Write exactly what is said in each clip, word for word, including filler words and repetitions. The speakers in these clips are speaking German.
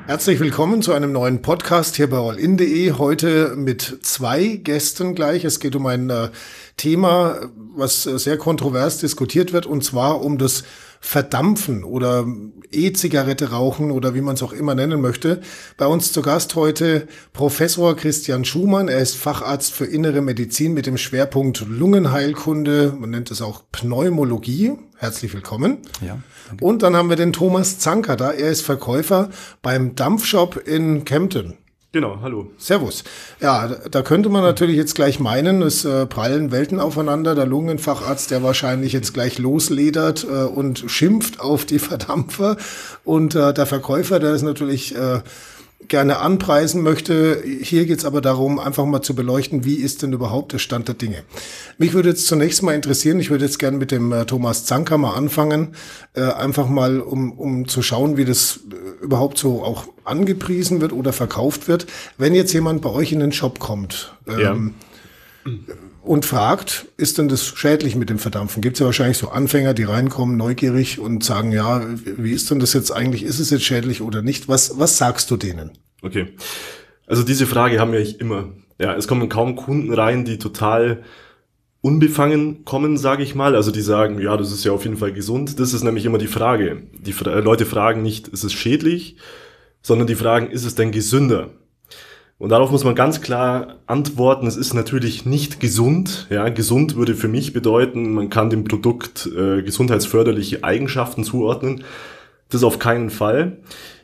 Herzlich willkommen zu einem neuen Podcast hier bei allin punkt de. Heute mit zwei Gästen gleich. Es geht um ein äh, Thema, was äh, sehr kontrovers diskutiert wird, und zwar um das Verdampfen oder E-Zigarette rauchen oder wie man es auch immer nennen möchte. Bei uns zu Gast heute Professor Christian Schumann. Er ist Facharzt für Innere Medizin mit dem Schwerpunkt Lungenheilkunde. Man nennt es auch Pneumologie. Herzlich willkommen. Ja, danke. Und dann haben wir den Thomas Zanker da. Er ist Verkäufer beim Dampfshop in Kempten. Genau, hallo. Servus. Ja, da könnte man natürlich jetzt gleich meinen, es äh, prallen Welten aufeinander. Der Lungenfacharzt, der wahrscheinlich jetzt gleich losledert äh, und schimpft auf die Verdampfer. Und äh, der Verkäufer, der ist natürlich äh, gerne anpreisen möchte. Hier geht's aber darum, einfach mal zu beleuchten, wie ist denn überhaupt der Stand der Dinge. Mich würde jetzt zunächst mal interessieren, ich würde jetzt gerne mit dem äh, Thomas Zanker mal anfangen, äh, einfach mal, um, um zu schauen, wie das äh, überhaupt so auch angepriesen wird oder verkauft wird. Wenn jetzt jemand bei euch in den Shop kommt ähm, ja. und fragt, ist denn das schädlich mit dem Verdampfen? Gibt es ja wahrscheinlich so Anfänger, die reinkommen, neugierig und sagen, ja, wie ist denn das jetzt eigentlich? Ist es jetzt schädlich oder nicht? Was, was sagst du denen? Okay, also diese Frage haben wir eigentlich immer. Ja, es kommen kaum Kunden rein, die total unbefangen kommen, sage ich mal. Also die sagen, ja, das ist ja auf jeden Fall gesund. Das ist nämlich immer die Frage. Die Fra- Leute fragen nicht, ist es schädlich, sondern die fragen, ist es denn gesünder? Und darauf muss man ganz klar antworten, es ist natürlich nicht gesund. Ja, gesund würde für mich bedeuten, man kann dem Produkt äh, gesundheitsförderliche Eigenschaften zuordnen. Das auf keinen Fall.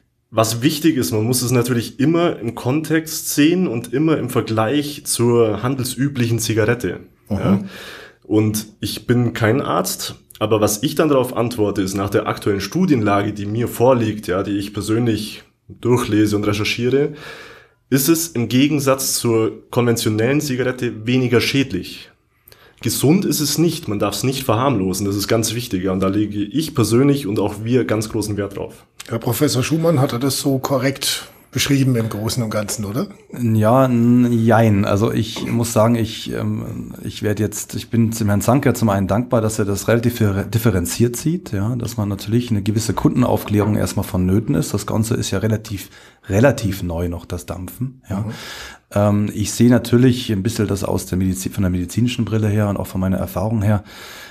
Was wichtig ist, man muss es natürlich immer im Kontext sehen und immer im Vergleich zur handelsüblichen Zigarette. Ja. Und ich bin kein Arzt, aber was ich dann darauf antworte, ist nach der aktuellen Studienlage, die mir vorliegt, ja, die ich persönlich durchlese und recherchiere, ist es im Gegensatz zur konventionellen Zigarette weniger schädlich. Gesund ist es nicht, man darf es nicht verharmlosen, das ist ganz wichtig, ja, und da lege ich persönlich und auch wir ganz großen Wert drauf. Herr Professor Schumann, hat er das so korrekt beschrieben im Großen und Ganzen, oder? Ja, n- jein. Also ich muss sagen, ich ähm, ich werde jetzt, ich bin dem Herrn Zanker zum einen dankbar, dass er das relativ differ- differenziert sieht, ja, dass man natürlich eine gewisse Kundenaufklärung erstmal vonnöten ist. Das Ganze ist ja relativ relativ neu noch, das Dampfen, ja. Mhm. Ähm, ich sehe natürlich ein bisschen das aus der Medizin, von der medizinischen Brille her und auch von meiner Erfahrung her.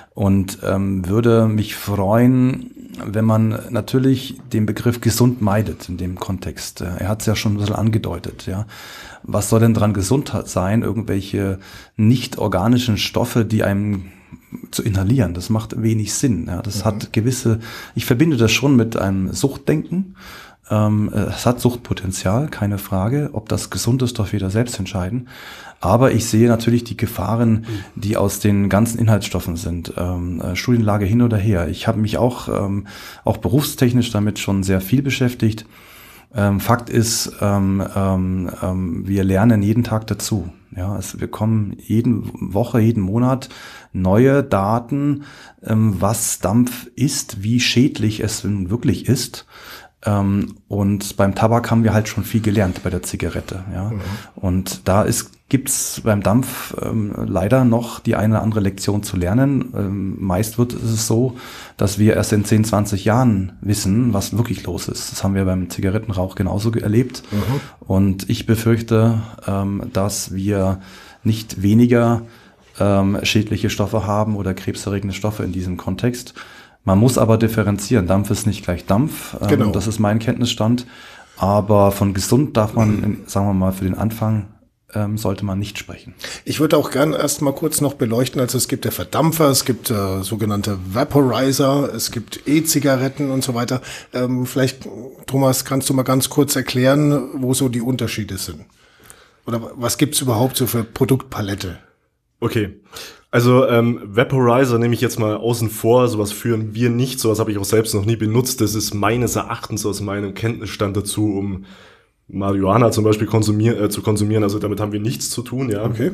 Und ähm, würde mich freuen, wenn man natürlich den Begriff gesund meidet in dem Kontext. Er hat es ja schon ein bisschen angedeutet. Ja, was soll denn dran gesund sein? Irgendwelche nicht organischen Stoffe, die einem zu inhalieren, das macht wenig Sinn. Ja, das mhm. hat gewisse, ich verbinde das schon mit einem Suchtdenken. Ähm, es hat Suchtpotenzial, keine Frage. Ob das gesund ist, darf jeder selbst entscheiden. Aber ich sehe natürlich die Gefahren, die aus den ganzen Inhaltsstoffen sind. Ähm, äh, Studienlage hin oder her. Ich habe mich auch, ähm, auch berufstechnisch damit schon sehr viel beschäftigt. Ähm, Fakt ist, ähm, ähm, ähm, wir lernen jeden Tag dazu. Ja, es, wir kommen jede Woche, jeden Monat neue Daten, ähm, was Dampf ist, wie schädlich es wirklich ist. Ähm, und beim Tabak haben wir halt schon viel gelernt bei der Zigarette, ja. Mhm. Und da ist, gibt's beim Dampf ähm, leider noch die eine oder andere Lektion zu lernen. Ähm, meist wird es so, dass wir erst in zehn, zwanzig Jahren wissen, was wirklich los ist. Das haben wir beim Zigarettenrauch genauso erlebt. Mhm. Und ich befürchte, ähm, dass wir nicht weniger ähm, schädliche Stoffe haben oder krebserregende Stoffe in diesem Kontext. Man muss aber differenzieren. Dampf ist nicht gleich Dampf. Genau. Das ist mein Kenntnisstand. Aber von gesund darf man, sagen wir mal, für den Anfang ähm, sollte man nicht sprechen. Ich würde auch gern erst mal kurz noch beleuchten, also es gibt ja Verdampfer, es gibt äh, sogenannte Vaporizer, es gibt E-Zigaretten und so weiter. Ähm, vielleicht, Thomas, kannst du mal ganz kurz erklären, wo so die Unterschiede sind? Oder was gibt's überhaupt so für Produktpalette? Okay. Also ähm, Vaporizer nehme ich jetzt mal außen vor, sowas führen wir nicht, sowas habe ich auch selbst noch nie benutzt. Das ist meines Erachtens aus meinem Kenntnisstand dazu, um Marihuana zum Beispiel konsumier- äh, zu konsumieren, also damit haben wir nichts zu tun, ja. Okay.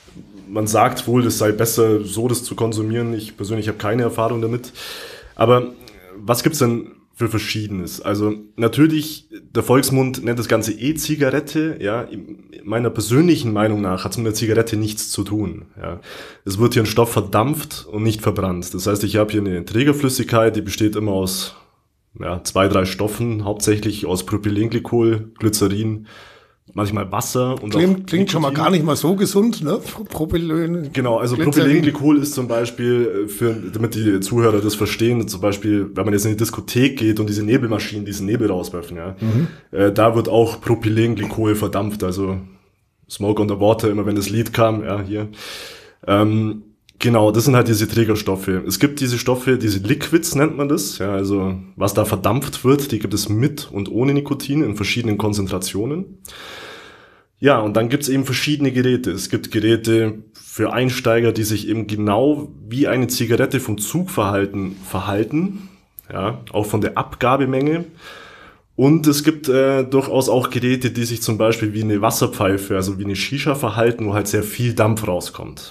Man sagt wohl, es sei besser, so das zu konsumieren. Ich persönlich habe keine Erfahrung damit. Aber was gibt's denn für Verschiedenes? Also natürlich, der Volksmund nennt das Ganze E-Zigarette, ja. Meiner persönlichen Meinung nach hat es mit der Zigarette nichts zu tun, ja. Es wird hier ein Stoff verdampft und nicht verbrannt. Das heißt, ich habe hier eine Trägerflüssigkeit, die besteht immer aus ja, zwei, drei Stoffen, hauptsächlich aus Propylenglykol, Glycerin, manchmal Wasser und klingt, klingt schon mal gar nicht mal so gesund, ne? Propylen. Genau, also Propylenglykol ist zum Beispiel, für, damit die Zuhörer das verstehen, zum Beispiel, wenn man jetzt in die Diskothek geht und diese Nebelmaschinen diesen Nebel rauswerfen, ja, mhm. äh, da wird auch Propylenglykol verdampft, also Smoke on the Water, immer wenn das Lied kam, ja, hier. Ähm, genau, das sind halt diese Trägerstoffe. Es gibt diese Stoffe, diese Liquids nennt man das, ja, also was da verdampft wird, die gibt es mit und ohne Nikotin in verschiedenen Konzentrationen. Ja, und dann gibt's eben verschiedene Geräte. Es gibt Geräte für Einsteiger, die sich eben genau wie eine Zigarette vom Zugverhalten verhalten, ja, auch von der Abgabemenge. Und es gibt äh, durchaus auch Geräte, die sich zum Beispiel wie eine Wasserpfeife, also wie eine Shisha verhalten, wo halt sehr viel Dampf rauskommt.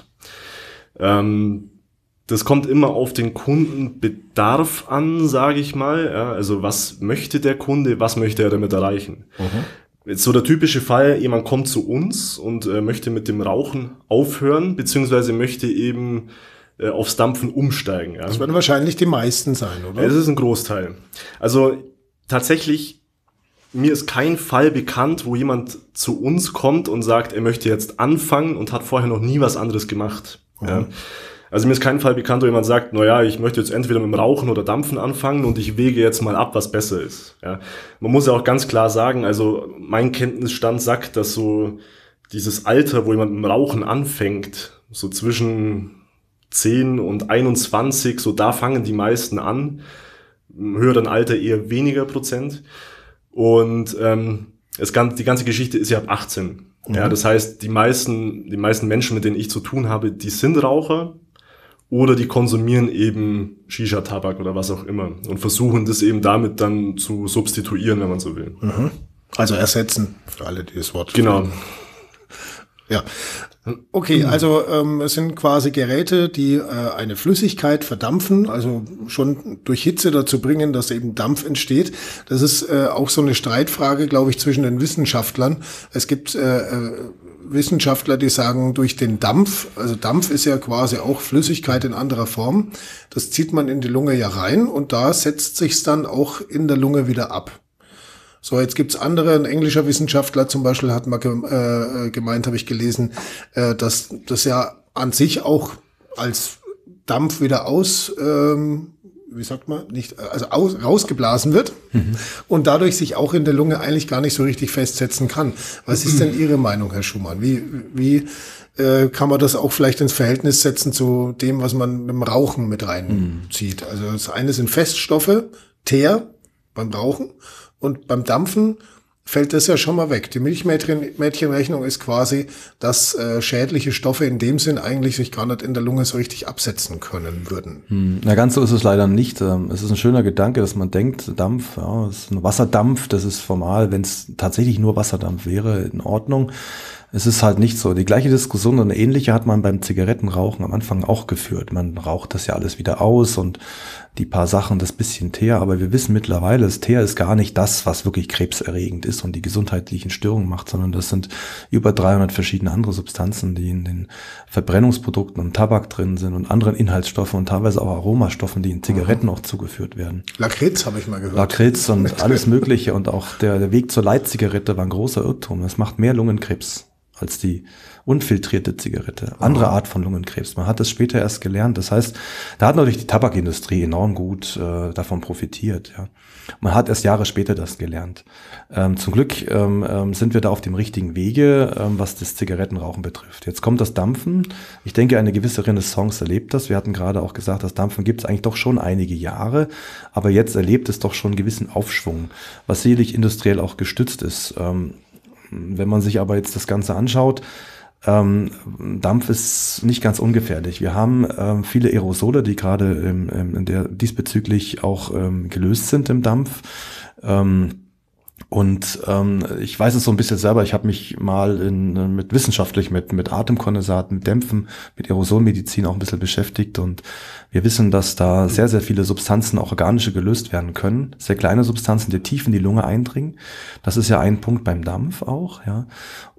Ähm, das kommt immer auf den Kundenbedarf an, sage ich mal. Ja, also was möchte der Kunde, was möchte er damit erreichen? Mhm. Jetzt so der typische Fall, jemand kommt zu uns und äh, möchte mit dem Rauchen aufhören, beziehungsweise möchte eben äh, aufs Dampfen umsteigen. Ja. Das werden wahrscheinlich die meisten sein, oder? Das ist ein Großteil. Also tatsächlich, mir ist kein Fall bekannt, wo jemand zu uns kommt und sagt, er möchte jetzt anfangen und hat vorher noch nie was anderes gemacht. Mhm. Ja. Also mir ist kein Fall bekannt, wo jemand sagt, na ja, ich möchte jetzt entweder mit dem Rauchen oder Dampfen anfangen und ich wäge jetzt mal ab, was besser ist. Ja. Man muss ja auch ganz klar sagen, also mein Kenntnisstand sagt, dass so dieses Alter, wo jemand mit dem Rauchen anfängt, so zwischen zehn und einundzwanzig, so da fangen die meisten an. Im höheren Alter eher weniger Prozent. Und ähm, es kann, die ganze Geschichte ist ja ab achtzehn. Mhm. Ja, das heißt, die meisten, die meisten Menschen, mit denen ich zu tun habe, die sind Raucher. Oder die konsumieren eben Shisha-Tabak oder was auch immer und versuchen das eben damit dann zu substituieren, wenn man so will. Mhm. Also ersetzen, für alle, die das Wort Genau. Finden. Ja. Okay, also ähm, es sind quasi Geräte, die äh, eine Flüssigkeit verdampfen, also schon durch Hitze dazu bringen, dass eben Dampf entsteht. Das ist äh, auch so eine Streitfrage, glaube ich, zwischen den Wissenschaftlern. Es gibt äh, äh, Wissenschaftler, die sagen, durch den Dampf, also Dampf ist ja quasi auch Flüssigkeit in anderer Form, das zieht man in die Lunge ja rein und da setzt sich's dann auch in der Lunge wieder ab. So, jetzt gibt's andere, ein englischer Wissenschaftler zum Beispiel hat mal äh, gemeint, habe ich gelesen, äh, dass das ja an sich auch als Dampf wieder aus, ähm, wie sagt man, nicht, also aus, rausgeblasen wird mhm. und dadurch sich auch in der Lunge eigentlich gar nicht so richtig festsetzen kann. Was ist denn Ihre Meinung, Herr Schumann? Wie, wie äh, kann man das auch vielleicht ins Verhältnis setzen zu dem, was man mit dem Rauchen mit reinzieht? Mhm. Also das eine sind Feststoffe, Teer beim Rauchen und beim Dampfen fällt das ja schon mal weg. Die Milchmädchenrechnung ist quasi, dass äh, schädliche Stoffe in dem Sinn eigentlich sich gar nicht in der Lunge so richtig absetzen können würden. Hm, na, ganz so ist es leider nicht. Es ist ein schöner Gedanke, dass man denkt, Dampf, ja, das ist ein Wasserdampf, das ist formal, wenn es tatsächlich nur Wasserdampf wäre, in Ordnung. Es ist halt nicht so. Die gleiche Diskussion und eine ähnliche hat man beim Zigarettenrauchen am Anfang auch geführt. Man raucht das ja alles wieder aus und die paar Sachen, das bisschen Teer. Aber wir wissen mittlerweile, das Teer ist gar nicht das, was wirklich krebserregend ist und die gesundheitlichen Störungen macht, sondern das sind über dreihundert verschiedene andere Substanzen, die in den Verbrennungsprodukten und Tabak drin sind und anderen Inhaltsstoffen und teilweise auch Aromastoffen, die in Zigaretten auch zugeführt werden. Lakritz habe ich mal gehört. Lakritz und alles Mögliche und auch der, der Weg zur Leitzigarette war ein großer Irrtum. Das macht mehr Lungenkrebs als die unfiltrierte Zigarette. Andere Art von Lungenkrebs. Man hat das später erst gelernt. Das heißt, da hat natürlich die Tabakindustrie enorm gut äh, davon profitiert. Ja. Man hat erst Jahre später das gelernt. Ähm, zum Glück ähm, ähm, sind wir da auf dem richtigen Wege, ähm, was das Zigarettenrauchen betrifft. Jetzt kommt das Dampfen. Ich denke, eine gewisse Renaissance erlebt das. Wir hatten gerade auch gesagt, das Dampfen gibt es eigentlich doch schon einige Jahre, aber jetzt erlebt es doch schon einen gewissen Aufschwung, was sicherlich industriell auch gestützt ist. Ähm, Wenn man sich aber jetzt das Ganze anschaut, ähm, Dampf ist nicht ganz ungefährlich. Wir haben ähm, viele Aerosole, die gerade ähm, in der diesbezüglich auch ähm, gelöst sind im Dampf. Ähm, Und ähm, ich weiß es so ein bisschen selber, ich habe mich mal in, mit wissenschaftlich mit mit Atemkondensat, mit Dämpfen, mit Aerosolmedizin auch ein bisschen beschäftigt und wir wissen, dass da sehr, sehr viele Substanzen, auch organische, gelöst werden können. Sehr kleine Substanzen, die tief in die Lunge eindringen. Das ist ja ein Punkt beim Dampf auch, ja.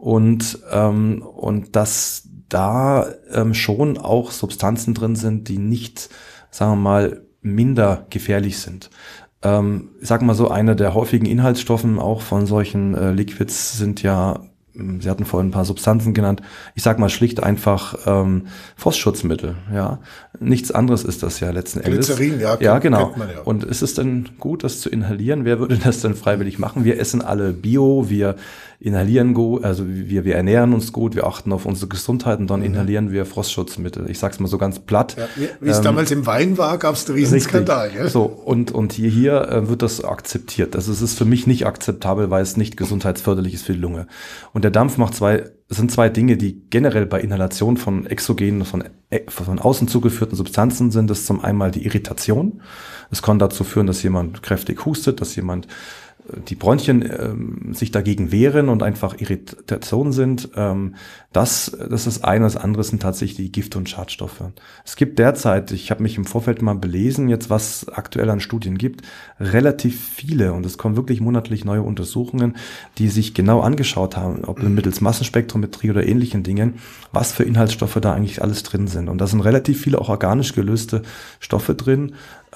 Und ähm, und dass da ähm, schon auch Substanzen drin sind, die nicht, sagen wir mal, minder gefährlich sind. Ähm, ich sag mal so, einer der häufigen Inhaltsstoffen auch von solchen äh, Liquids sind ja, Sie hatten vorhin ein paar Substanzen genannt, ich sag mal schlicht einfach ähm, Frostschutzmittel, ja. Nichts anderes ist das ja letzten Endes. Glycerin, ja, ja, genau. kennt man ja. Und ist es denn gut, das zu inhalieren? Wer würde das denn freiwillig machen? Wir essen alle Bio, wir inhalieren gut, also wir, wir ernähren uns gut, wir achten auf unsere Gesundheit und dann mhm. inhalieren wir Frostschutzmittel. Ich sag's mal so ganz platt. Ja, wie es ähm, damals im Wein war, gab es einen Riesenskandal. Gell? So, und, und hier, hier äh, wird das akzeptiert. Also es ist für mich nicht akzeptabel, weil es nicht gesundheitsförderlich ist für die Lunge. Und der Dampf macht zwei, es sind zwei Dinge, die generell bei Inhalation von exogenen, von, von außen zugeführten Substanzen sind. Das ist zum einen die Irritation. Es kann dazu führen, dass jemand kräftig hustet, dass jemand die Bronchien ähm, sich dagegen wehren und einfach Irritationen sind. Ähm, das, das ist eine. Das andere sind tatsächlich die Gifte und Schadstoffe. Es gibt derzeit, ich habe mich im Vorfeld mal belesen, jetzt was aktuell an Studien gibt, relativ viele, und es kommen wirklich monatlich neue Untersuchungen, die sich genau angeschaut haben, ob mittels Massenspektrometrie oder ähnlichen Dingen, was für Inhaltsstoffe da eigentlich alles drin sind. Und da sind relativ viele auch organisch gelöste Stoffe drin,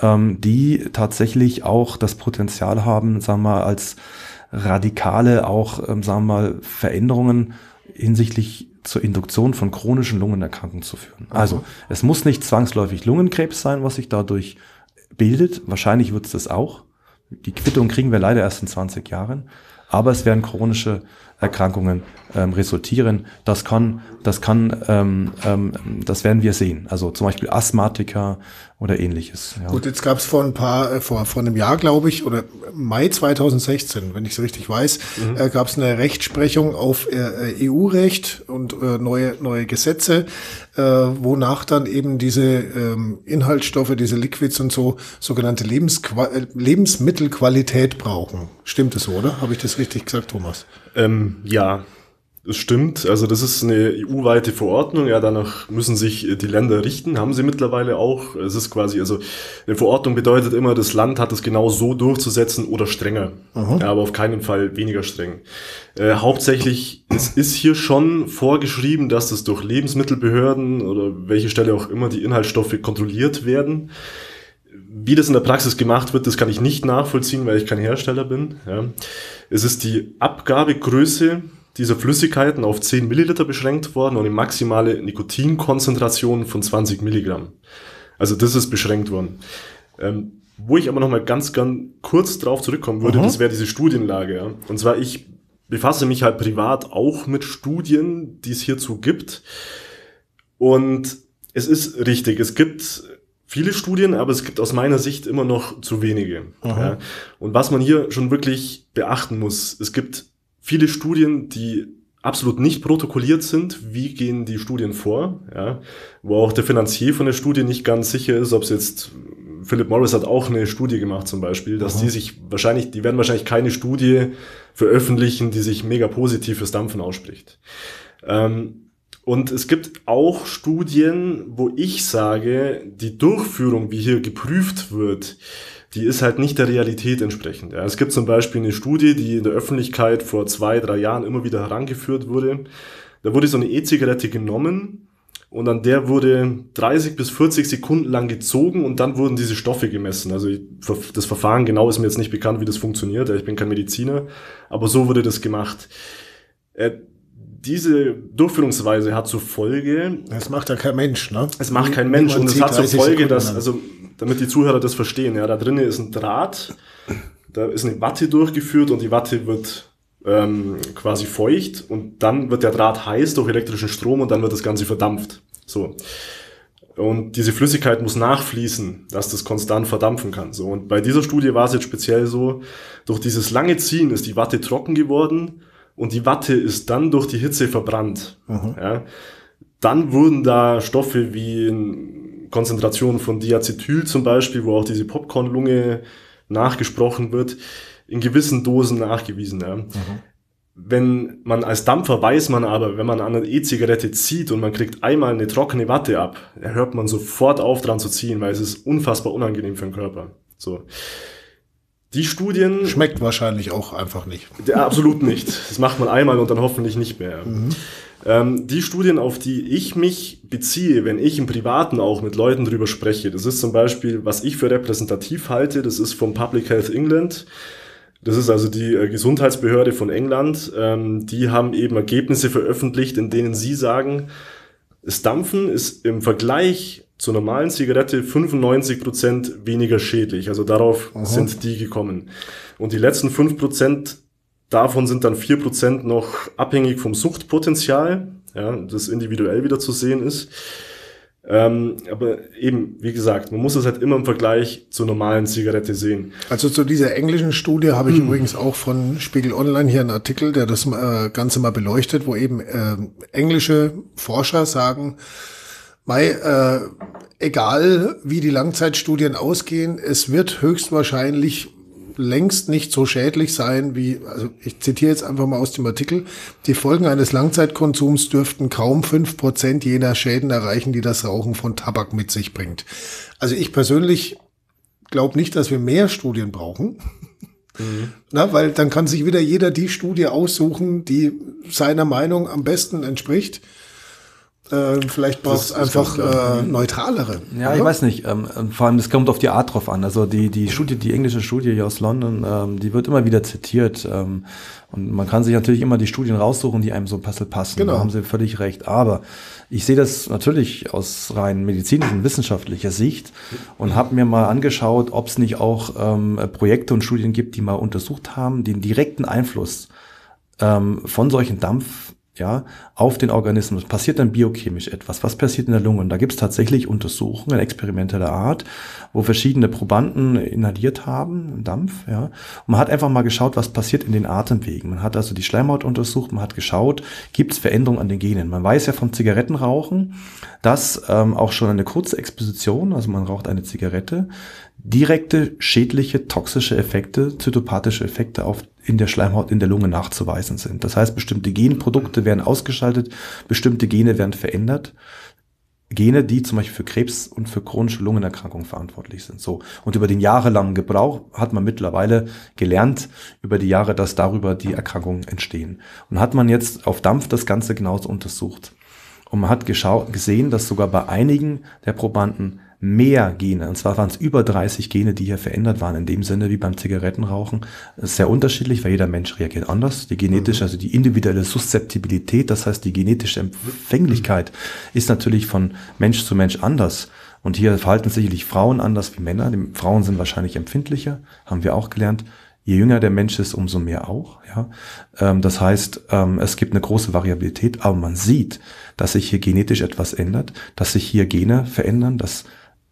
die tatsächlich auch das Potenzial haben, sagen wir mal, als radikale auch, sagen wir mal, Veränderungen hinsichtlich zur Induktion von chronischen Lungenerkrankungen zu führen. Also es muss nicht zwangsläufig Lungenkrebs sein, was sich dadurch bildet. Wahrscheinlich wird es das auch. Die Quittung kriegen wir leider erst in zwanzig Jahren. Aber es werden chronische Erkrankungen ähm, resultieren. Das kann, das kann, ähm, ähm, das werden wir sehen. Also zum Beispiel Asthmatiker oder ähnliches. Ja. Gut, jetzt gab es vor ein paar, äh, vor vor einem Jahr, glaube ich, oder Mai zweitausendsechzehn, wenn ich es richtig weiß, mhm. äh, gab es eine Rechtsprechung auf äh, E U-Recht und äh, neue neue Gesetze, äh, wonach dann eben diese ähm, Inhaltsstoffe, diese Liquids und so sogenannte Lebensqua- Lebensmittelqualität brauchen. Stimmt es so, oder? Habe ich das richtig gesagt, Thomas? Ähm, ja, das stimmt. Also das ist eine E U-weite Verordnung. Ja, danach müssen sich die Länder richten. Haben sie mittlerweile auch. Es ist quasi, also eine Verordnung bedeutet immer, das Land hat es genau so durchzusetzen oder strenger. Mhm. Ja, aber auf keinen Fall weniger streng. Äh, hauptsächlich, es ist hier schon vorgeschrieben, dass das durch Lebensmittelbehörden oder welche Stelle auch immer die Inhaltsstoffe kontrolliert werden. Wie das in der Praxis gemacht wird, das kann ich nicht nachvollziehen, weil ich kein Hersteller bin. Ja. Es ist die Abgabegröße dieser Flüssigkeiten auf zehn Milliliter beschränkt worden und eine maximale Nikotinkonzentration von zwanzig Milligramm. Also das ist beschränkt worden. Ähm, wo ich aber noch mal ganz, ganz kurz drauf zurückkommen würde, mhm. das wäre diese Studienlage. Ja. Und zwar, ich befasse mich halt privat auch mit Studien, die es hierzu gibt. Und es ist richtig, es gibt viele Studien, aber es gibt aus meiner Sicht immer noch zu wenige. Ja. Und was man hier schon wirklich beachten muss, es gibt viele Studien, die absolut nicht protokolliert sind. Wie gehen die Studien vor? Ja. Wo auch der Finanzier von der Studie nicht ganz sicher ist, ob es jetzt, Philip Morris hat auch eine Studie gemacht zum Beispiel, dass Aha. die sich wahrscheinlich, die werden wahrscheinlich keine Studie veröffentlichen, die sich mega positiv fürs Dampfen ausspricht. Ähm, Und es gibt auch Studien, wo ich sage, die Durchführung, wie hier geprüft wird, die ist halt nicht der Realität entsprechend. Ja, es gibt zum Beispiel eine Studie, die in der Öffentlichkeit vor zwei, drei Jahren immer wieder herangeführt wurde. Da wurde so eine E-Zigarette genommen und an der wurde dreißig bis vierzig Sekunden lang gezogen und dann wurden diese Stoffe gemessen. Also das Verfahren genau ist mir jetzt nicht bekannt, wie das funktioniert. Ich bin kein Mediziner, aber so wurde das gemacht. Diese Durchführungsweise hat zur Folge... Das macht ja kein Mensch, ne? Es macht kein Mensch und es hat zur Folge, dass, also damit die Zuhörer das verstehen, ja, da drinnen ist ein Draht, da ist eine Watte durchgeführt und die Watte wird ähm, quasi feucht und dann wird der Draht heiß durch elektrischen Strom und dann wird das Ganze verdampft. So. Und diese Flüssigkeit muss nachfließen, dass das konstant verdampfen kann. So. Und bei dieser Studie war es jetzt speziell so, durch dieses lange Ziehen ist die Watte trocken geworden. Und die Watte ist dann durch die Hitze verbrannt. Mhm. Ja. Dann wurden da Stoffe wie Konzentrationen von Diacetyl zum Beispiel, wo auch diese Popcornlunge nachgesprochen wird, in gewissen Dosen nachgewiesen. Ja. Mhm. Wenn man als Dampfer weiß man aber, wenn man an einer E-Zigarette zieht und man kriegt einmal eine trockene Watte ab, da hört man sofort auf dran zu ziehen, weil es ist unfassbar unangenehm für den Körper. So. Die Studien... Schmeckt wahrscheinlich auch einfach nicht. Ja, absolut nicht. Das macht man einmal und dann hoffentlich nicht mehr. Mhm. Ähm, die Studien, auf die ich mich beziehe, wenn ich im Privaten auch mit Leuten drüber spreche, das ist zum Beispiel, was ich für repräsentativ halte, das ist vom Public Health England. Das ist also die äh, Gesundheitsbehörde von England. Ähm, die haben eben Ergebnisse veröffentlicht, in denen sie sagen, das Dampfen ist im Vergleich zur normalen Zigarette fünfundneunzig Prozent weniger schädlich. Also darauf Aha. sind die gekommen. Und die letzten fünf Prozent davon sind dann vier Prozent noch abhängig vom Suchtpotenzial, ja, das individuell wieder zu sehen ist. Ähm, aber eben, wie gesagt, man muss es halt immer im Vergleich zur normalen Zigarette sehen. Also zu dieser englischen Studie habe ich hm. übrigens auch von Spiegel Online hier einen Artikel, der das äh, Ganze mal beleuchtet, wo eben äh, englische Forscher sagen, Mei, äh, egal wie die Langzeitstudien ausgehen, es wird höchstwahrscheinlich längst nicht so schädlich sein wie, also ich zitiere jetzt einfach mal aus dem Artikel, die Folgen eines Langzeitkonsums dürften kaum fünf Prozent jener Schäden erreichen, die das Rauchen von Tabak mit sich bringt. Also ich persönlich glaube nicht, dass wir mehr Studien brauchen, mhm. Na, weil dann kann sich wieder jeder die Studie aussuchen, die seiner Meinung am besten entspricht. Äh, vielleicht braucht es einfach äh, neutralere. Ja, oder? Ich weiß nicht. Ähm, vor allem, das kommt auf die Art drauf an. Also die die Studie, die englische Studie hier aus London, ähm, die wird immer wieder zitiert. Ähm, und man kann sich natürlich immer die Studien raussuchen, die einem so ein bisschen passen. Genau. Da haben Sie völlig recht. Aber ich sehe das natürlich aus rein medizinischen, wissenschaftlicher Sicht und habe mir mal angeschaut, ob es nicht auch ähm, Projekte und Studien gibt, die mal untersucht haben, den direkten Einfluss ähm, von solchen Dampf ja, auf den Organismus. Passiert dann biochemisch etwas? Was passiert in der Lunge? Und da gibt es tatsächlich Untersuchungen experimenteller Art, wo verschiedene Probanden inhaliert haben, Dampf, ja. Und man hat einfach mal geschaut, was passiert in den Atemwegen. Man hat also die Schleimhaut untersucht, man hat geschaut, gibt es Veränderungen an den Genen? Man weiß ja vom Zigarettenrauchen, dass ähm, auch schon eine kurze Exposition, also man raucht eine Zigarette, direkte schädliche, toxische Effekte, zytopathische Effekte auf in der Schleimhaut, in der Lunge nachzuweisen sind. Das heißt, bestimmte Genprodukte werden ausgeschaltet, bestimmte Gene werden verändert. Gene, die zum Beispiel für Krebs und für chronische Lungenerkrankungen verantwortlich sind. So. Und über den jahrelangen Gebrauch hat man mittlerweile gelernt, über die Jahre, dass darüber die Erkrankungen entstehen. Und hat man jetzt auf Dampf das Ganze genauso untersucht. Und man hat geschaut, gesehen, dass sogar bei einigen der Probanden mehr Gene, und zwar waren es über dreißig Gene, die hier verändert waren, in dem Sinne wie beim Zigarettenrauchen. Das ist sehr unterschiedlich, weil jeder Mensch reagiert anders. Die genetische, also die individuelle Suszeptibilität, das heißt die genetische Empfänglichkeit, ist natürlich von Mensch zu Mensch anders. Und hier verhalten sicherlich Frauen anders wie Männer. Die Frauen sind wahrscheinlich empfindlicher, haben wir auch gelernt. Je jünger der Mensch ist, umso mehr auch. Ja, ähm, das heißt, ähm, es gibt eine große Variabilität, aber man sieht, dass sich hier genetisch etwas ändert, dass sich hier Gene verändern, dass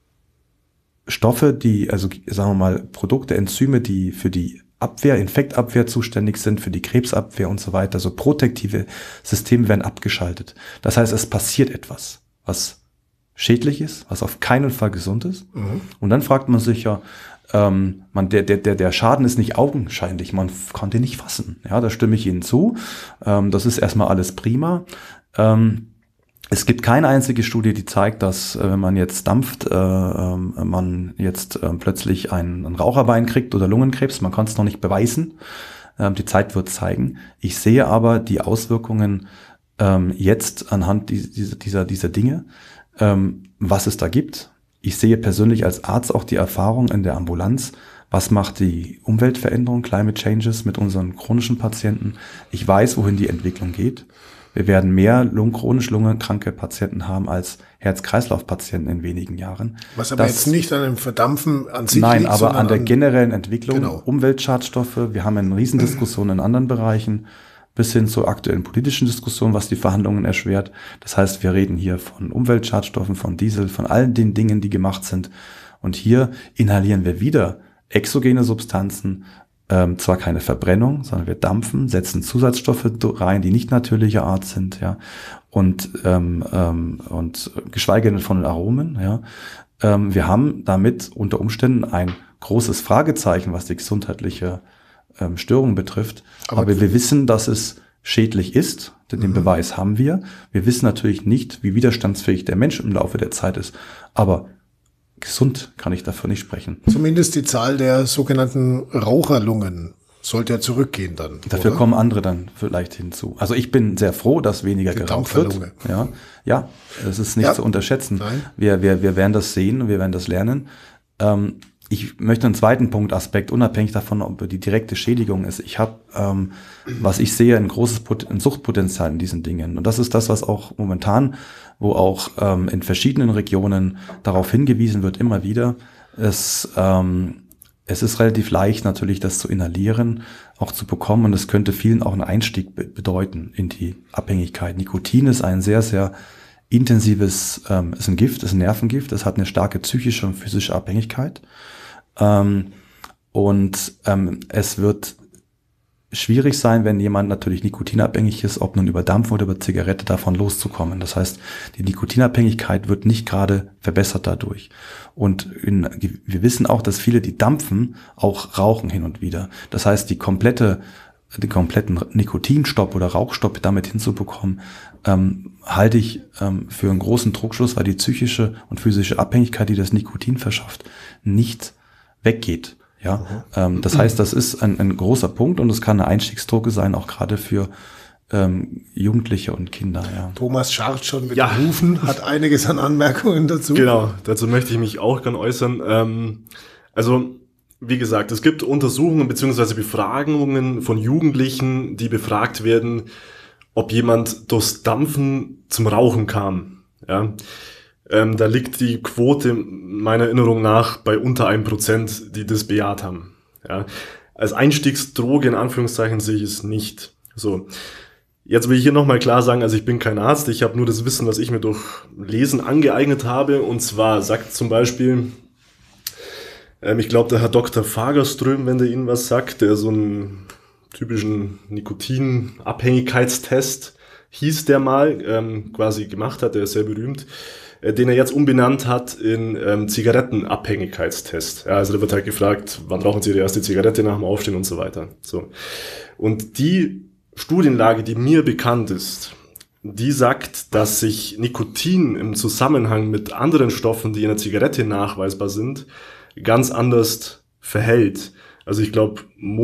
Stoffe, die, also sagen wir mal, Produkte, Enzyme, die für die Abwehr, Infektabwehr zuständig sind, für die Krebsabwehr und so weiter, so protektive Systeme werden abgeschaltet. Das heißt, es passiert etwas, was schädlich ist, was auf keinen Fall gesund ist. Mhm. Und dann fragt man sich ja, ähm, man, der, der, der, der Schaden ist nicht augenscheinlich, man kann den nicht fassen. Ja, da stimme ich Ihnen zu. Ähm, das ist erstmal alles prima. Ähm, Es gibt keine einzige Studie, die zeigt, dass äh, wenn man jetzt dampft, äh, äh, man jetzt äh, plötzlich ein, ein Raucherbein kriegt oder Lungenkrebs. Man kann es noch nicht beweisen. Ähm, die Zeit wird zeigen. Ich sehe aber die Auswirkungen ähm, jetzt anhand die, dieser, dieser, dieser Dinge, ähm, was es da gibt. Ich sehe persönlich als Arzt auch die Erfahrung in der Ambulanz. Was macht die Umweltveränderung, Climate Changes mit unseren chronischen Patienten? Ich weiß, wohin die Entwicklung geht. Wir werden mehr Lung, chronisch lungenkranke Patienten haben als Herz-Kreislauf-Patienten in wenigen Jahren. Was aber das, jetzt nicht an dem Verdampfen an sich nein, liegt, aber an der an, generellen Entwicklung, genau. Umweltschadstoffe. Wir haben eine Riesendiskussion in anderen Bereichen, bis hin zur aktuellen politischen Diskussion, was die Verhandlungen erschwert. Das heißt, wir reden hier von Umweltschadstoffen, von Diesel, von allen den Dingen, die gemacht sind. Und hier inhalieren wir wieder exogene Substanzen, Ähm, zwar keine Verbrennung, sondern wir dampfen, setzen Zusatzstoffe rein, die nicht natürlicher Art sind, ja, und ähm, ähm, und geschweige denn von den Aromen, ja. Ähm, wir haben damit unter Umständen ein großes Fragezeichen, was die gesundheitliche ähm, Störung betrifft. Aber, Aber wir wissen, dass es schädlich ist, denn den mhm. Beweis haben wir. Wir wissen natürlich nicht, wie widerstandsfähig der Mensch im Laufe der Zeit ist. Aber gesund kann ich dafür nicht sprechen. Zumindest die Zahl der sogenannten Raucherlungen sollte ja zurückgehen dann. Dafür oder? kommen andere dann vielleicht hinzu. Also ich bin sehr froh, dass weniger Die geraucht wird. Dampferlunge. Ja, ja, es ist nicht Ja. zu unterschätzen. Nein. Wir, wir, wir werden das sehen und wir werden das lernen. Ähm, ich möchte einen zweiten Punkt, Aspekt, unabhängig davon, ob die direkte Schädigung ist. Ich habe, ähm, was ich sehe, ein großes Pot- ein Suchtpotenzial in diesen Dingen. Und das ist das, was auch momentan, wo auch ähm, in verschiedenen Regionen darauf hingewiesen wird, immer wieder. Es, ähm, es ist relativ leicht natürlich, das zu inhalieren, auch zu bekommen. Und es könnte vielen auch einen Einstieg be- bedeuten in die Abhängigkeit. Nikotin ist ein sehr, sehr intensives, ähm, ist ein Gift, ist ein Nervengift. Es hat eine starke psychische und physische Abhängigkeit. Ähm, und ähm, es wird schwierig sein, wenn jemand natürlich nikotinabhängig ist, ob nun über Dampfen oder über Zigarette, davon loszukommen. Das heißt, die Nikotinabhängigkeit wird nicht gerade verbessert dadurch. Und in, wir wissen auch, dass viele, die dampfen, auch rauchen hin und wieder. Das heißt, die komplette, den kompletten Nikotinstopp oder Rauchstopp damit hinzubekommen, ähm, halte ich ähm, für einen großen Trugschluss, weil die psychische und physische Abhängigkeit, die das Nikotin verschafft, nicht weggeht. Ja, mhm. ähm, das heißt, das ist ein, ein großer Punkt und es kann eine Einstiegsdroge sein, auch gerade für ähm, Jugendliche und Kinder. Ja. Thomas scharrt schon mit Ja. den Hufen, hat einiges an Anmerkungen dazu. Genau, dazu möchte ich mich auch gern äußern. Ähm, also, wie gesagt, es gibt Untersuchungen bzw. Befragungen von Jugendlichen, die befragt werden, ob jemand durchs Dampfen zum Rauchen kam. Ja. Ähm, da liegt die Quote meiner Erinnerung nach bei unter einem Prozent, die das bejaht haben. Ja. Als Einstiegsdroge in Anführungszeichen sehe ich es nicht. So. Jetzt will ich hier nochmal klar sagen, also ich bin kein Arzt, ich habe nur das Wissen, was ich mir durch Lesen angeeignet habe. Und zwar sagt zum Beispiel, ähm, ich glaube, der Herr Doktor Fagerström, wenn der Ihnen was sagt, der so einen typischen Nikotinabhängigkeitstest hieß der mal, ähm, quasi gemacht hat, der ist sehr berühmt, äh, den er jetzt umbenannt hat in ähm, Zigarettenabhängigkeitstest. Ja, also da wird halt gefragt, wann rauchen Sie die erste Zigarette nach dem Aufstehen und so weiter. So. Und die Studienlage, die mir bekannt ist, die sagt, dass sich Nikotin im Zusammenhang mit anderen Stoffen, die in der Zigarette nachweisbar sind, ganz anders verhält. Also ich glaube,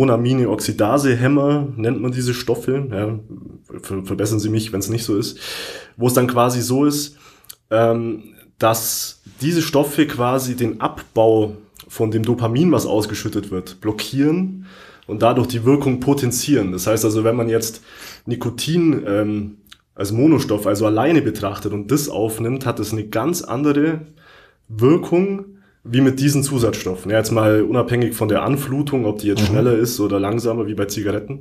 Monamine-Oxidase-Hämmer nennt man diese Stoffe, ja, ver- verbessern Sie mich, wenn es nicht so ist, wo es dann quasi so ist, ähm, dass diese Stoffe quasi den Abbau von dem Dopamin, was ausgeschüttet wird, blockieren und dadurch die Wirkung potenzieren. Das heißt also, wenn man jetzt Nikotin ähm, als Monostoff, also alleine betrachtet und das aufnimmt, hat es eine ganz andere Wirkung wie mit diesen Zusatzstoffen. Ja, jetzt mal unabhängig von der Anflutung, ob die jetzt mhm. schneller ist oder langsamer wie bei Zigaretten.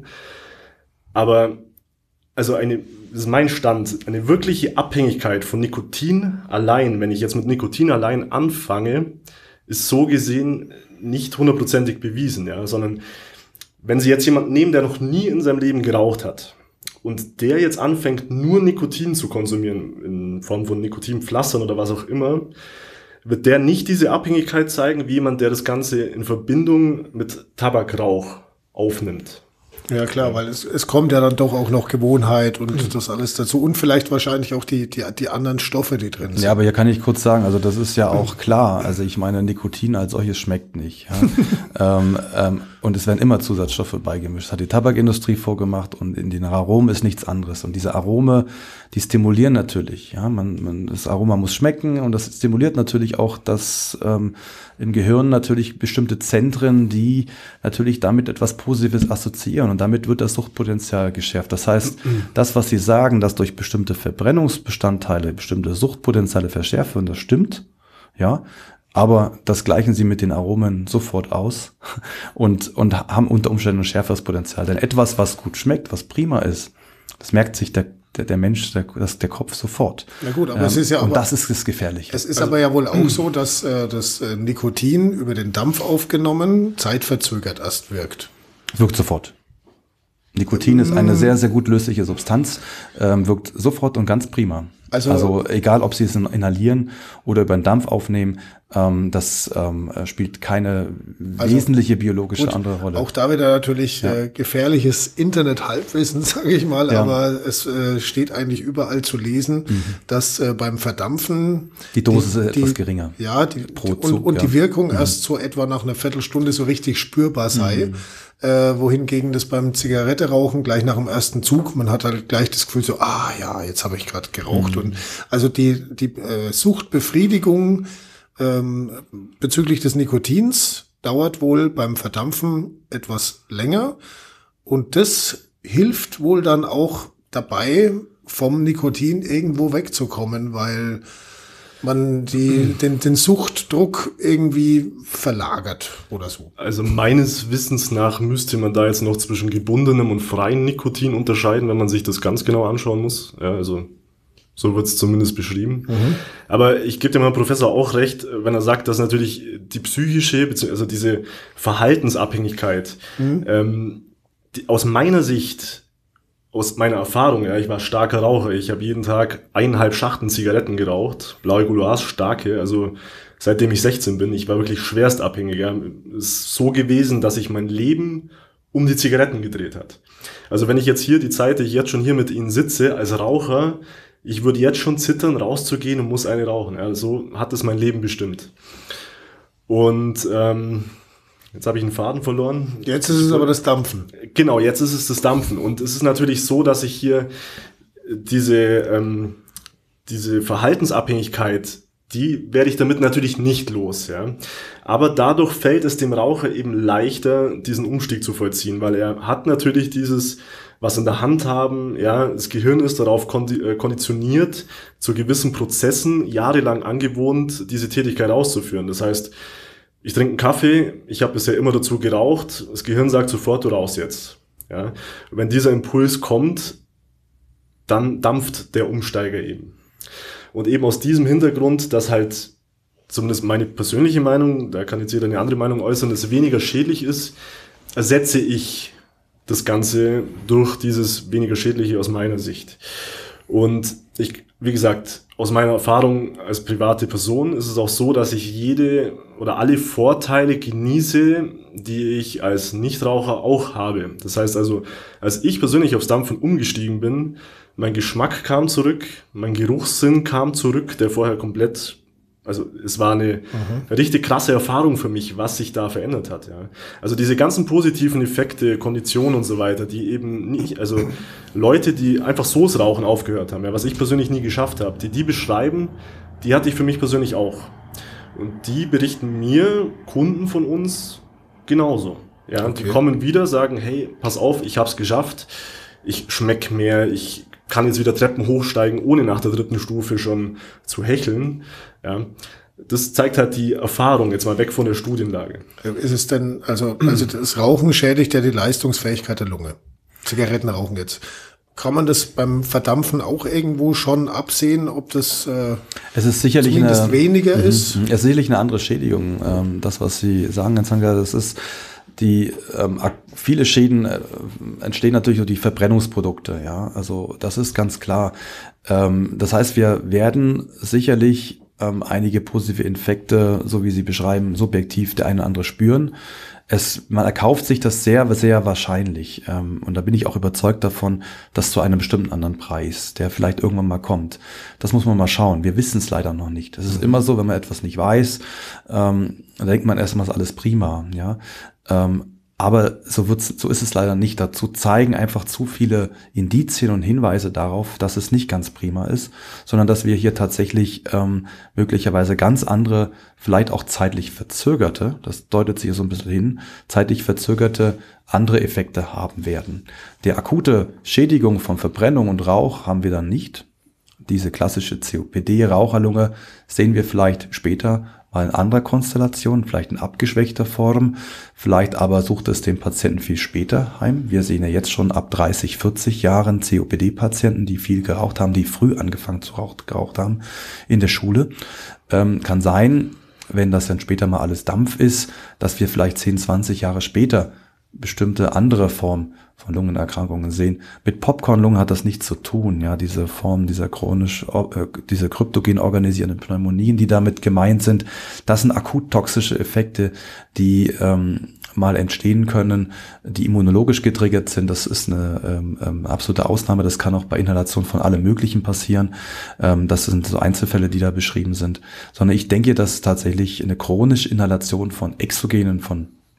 Aber also eine, das ist mein Stand, eine wirkliche Abhängigkeit von Nikotin allein, wenn ich jetzt mit Nikotin allein anfange, ist so gesehen nicht hundertprozentig bewiesen, ja, sondern wenn Sie jetzt jemanden nehmen, der noch nie in seinem Leben geraucht hat und der jetzt anfängt, nur Nikotin zu konsumieren, in Form von Nikotinpflastern oder was auch immer, wird der nicht diese Abhängigkeit zeigen, wie jemand, der das Ganze in Verbindung mit Tabakrauch aufnimmt. Ja klar, weil es, es kommt ja dann doch auch noch Gewohnheit und das alles dazu und vielleicht wahrscheinlich auch die, die, die anderen Stoffe, die drin sind. Ja, aber hier kann ich kurz sagen, also das ist ja auch klar, also ich meine, Nikotin als solches schmeckt nicht. Ja. ähm, ähm, und es werden immer Zusatzstoffe beigemischt. Das hat die Tabakindustrie vorgemacht und in den Aromen ist nichts anderes. Und diese Arome, die stimulieren natürlich. Ja, man, man, das Aroma muss schmecken und das stimuliert natürlich auch das ähm, im Gehirn natürlich bestimmte Zentren, die natürlich damit etwas Positives assoziieren und damit wird das Suchtpotenzial geschärft. Das heißt, das, was Sie sagen, dass durch bestimmte Verbrennungsbestandteile bestimmte Suchtpotenziale verschärft werden, das stimmt, ja, aber das gleichen Sie mit den Aromen sofort aus und, und haben unter Umständen ein schärferes Potenzial. Denn etwas, was gut schmeckt, was prima ist, das merkt sich der Der, der Mensch, der, das, der Kopf sofort. Na gut, aber ähm, es ist ja und aber, das ist das Gefährliche. Es ist also, aber ja wohl auch so, dass äh, das äh, Nikotin über den Dampf aufgenommen zeitverzögert erst wirkt. Wirkt sofort. Nikotin ist eine sehr, sehr gut lösliche Substanz, ähm, wirkt sofort und ganz prima. Also, also egal, ob Sie es inhalieren oder über den Dampf aufnehmen, ähm, das ähm, spielt keine also, wesentliche biologische gut, andere Rolle. Auch da wieder natürlich ja. äh, gefährliches Internet-Halbwissen, sage ich mal, ja. aber es äh, steht eigentlich überall zu lesen, mhm. dass äh, beim Verdampfen die Dosis die, ist etwas die, geringer. Ja, die, Pro Zug, und, und ja. die Wirkung mhm. erst so etwa nach einer Viertelstunde so richtig spürbar sei. Mhm. Äh, wohingegen das beim Zigarette-Rauchen gleich nach dem ersten Zug, man hat halt gleich das Gefühl so, ah ja, jetzt habe ich gerade geraucht. Mhm. Und also die, die äh, Suchtbefriedigung ähm, bezüglich des Nikotins dauert wohl beim Verdampfen etwas länger. Und das hilft wohl dann auch dabei, vom Nikotin irgendwo wegzukommen, weil man die, den, den Suchtdruck irgendwie verlagert oder so. Also meines Wissens nach müsste man da jetzt noch zwischen gebundenem und freiem Nikotin unterscheiden, wenn man sich das ganz genau anschauen muss. Ja, also so wird es zumindest beschrieben. Mhm. Aber ich gebe dem Herrn Professor auch recht, wenn er sagt, dass natürlich die psychische, also diese Verhaltensabhängigkeit, mhm. ähm, die, aus meiner Sicht, aus meiner Erfahrung, ja, ich war starker Raucher, ich habe jeden Tag eineinhalb Schachteln Zigaretten geraucht, blaue Gouloirs, starke, also seitdem ich sechzehn bin, ich war wirklich schwerst abhängig. Ja. Es ist so gewesen, dass ich mein Leben um die Zigaretten gedreht hat. Also wenn ich jetzt hier die Zeit, die ich jetzt schon hier mit Ihnen sitze, als Raucher, ich würde jetzt schon zittern, rauszugehen und muss eine rauchen. Ja, so hat es mein Leben bestimmt. Und ähm, jetzt habe ich einen Faden verloren. Jetzt ist es aber das Dampfen. Genau, jetzt ist es das Dampfen. Und es ist natürlich so, dass ich hier diese, ähm, diese Verhaltensabhängigkeit, die werde ich damit natürlich nicht los. Ja. Aber dadurch fällt es dem Raucher eben leichter, diesen Umstieg zu vollziehen, weil er hat natürlich dieses, was in der Hand haben, ja, das Gehirn ist darauf konditioniert, zu gewissen Prozessen jahrelang angewohnt, diese Tätigkeit auszuführen. Das heißt, ich trinke einen Kaffee, ich habe bisher immer dazu geraucht, das Gehirn sagt sofort, du rauchst jetzt. Ja? Wenn dieser Impuls kommt, dann dampft der Umsteiger eben. Und eben aus diesem Hintergrund, dass halt, zumindest meine persönliche Meinung, da kann jetzt jeder eine andere Meinung äußern, dass es weniger schädlich ist, ersetze ich das Ganze durch dieses weniger Schädliche aus meiner Sicht. Und ich, wie gesagt, aus meiner Erfahrung als private Person ist es auch so, dass ich jede oder alle Vorteile genieße, die ich als Nichtraucher auch habe. Das heißt also, als ich persönlich aufs Dampfen umgestiegen bin, mein Geschmack kam zurück, mein Geruchssinn kam zurück, der vorher komplett, also es war eine mhm. richtig krasse Erfahrung für mich, was sich da verändert hat. Ja. Also diese ganzen positiven Effekte, Konditionen und so weiter, die eben nicht, also Leute, die einfach so das Rauchen aufgehört haben, ja, was ich persönlich nie geschafft habe, die die beschreiben, die hatte ich für mich persönlich auch. Und die berichten mir, Kunden von uns, genauso. Ja, und okay. Die kommen wieder, sagen, hey, pass auf, ich hab's geschafft, ich schmeck mehr, ich kann jetzt wieder Treppen hochsteigen, ohne nach der dritten Stufe schon zu hecheln. Ja, das zeigt halt die Erfahrung, jetzt mal weg von der Studienlage. Ist es denn, also, also das Rauchen schädigt ja die Leistungsfähigkeit der Lunge. Zigarettenrauchen jetzt. Kann man das beim Verdampfen auch irgendwo schon absehen, ob das äh, es ist sicherlich zumindest eine, weniger m- ist? Es ist sicherlich eine andere Schädigung. Ähm, das, was Sie sagen, Herr Zanker, das ist die ähm, viele Schäden äh, entstehen natürlich durch die Verbrennungsprodukte, ja, also das ist ganz klar. Ähm, das heißt, wir werden sicherlich ähm, einige positive Infekte, so wie Sie beschreiben, subjektiv der eine oder andere spüren. Es, man erkauft sich das sehr, sehr wahrscheinlich. Ähm, und da bin ich auch überzeugt davon, dass zu einem bestimmten anderen Preis, der vielleicht irgendwann mal kommt. Das muss man mal schauen. Wir wissen es leider noch nicht. Das ist immer so, wenn man etwas nicht weiß, ähm, dann denkt man erstmal, ist alles prima, ja. Ähm, aber so wird's, so ist es leider nicht. Dazu zeigen einfach zu viele Indizien und Hinweise darauf, dass es nicht ganz prima ist, sondern dass wir hier tatsächlich ähm, möglicherweise ganz andere, vielleicht auch zeitlich verzögerte, das deutet sich so ein bisschen hin, zeitlich verzögerte andere Effekte haben werden. Die akute Schädigung von Verbrennung und Rauch haben wir dann nicht. Diese klassische C O P D-Raucherlunge sehen wir vielleicht später mal in anderer Konstellation, vielleicht in abgeschwächter Form, vielleicht aber sucht es den Patienten viel später heim. Wir sehen ja jetzt schon ab dreißig, vierzig Jahren C O P D-Patienten, die viel geraucht haben, die früh angefangen zu rauch, geraucht haben in der Schule. Ähm, kann sein, wenn das dann später mal alles Dampf ist, dass wir vielleicht zehn, zwanzig Jahre später bestimmte andere Formen von Lungenerkrankungen sehen. Mit Popcorn-Lungen hat das nichts zu tun, ja, diese Form dieser chronisch, äh, diese kryptogen organisierenden Pneumonien, die damit gemeint sind, das sind akut toxische Effekte, die ähm, mal entstehen können, die immunologisch getriggert sind. Das ist eine ähm, ähm, absolute Ausnahme. Das kann auch bei Inhalation von allem Möglichen passieren. Ähm, das sind so Einzelfälle, die da beschrieben sind. Sondern ich denke, dass tatsächlich eine chronische Inhalation von Exogenen, von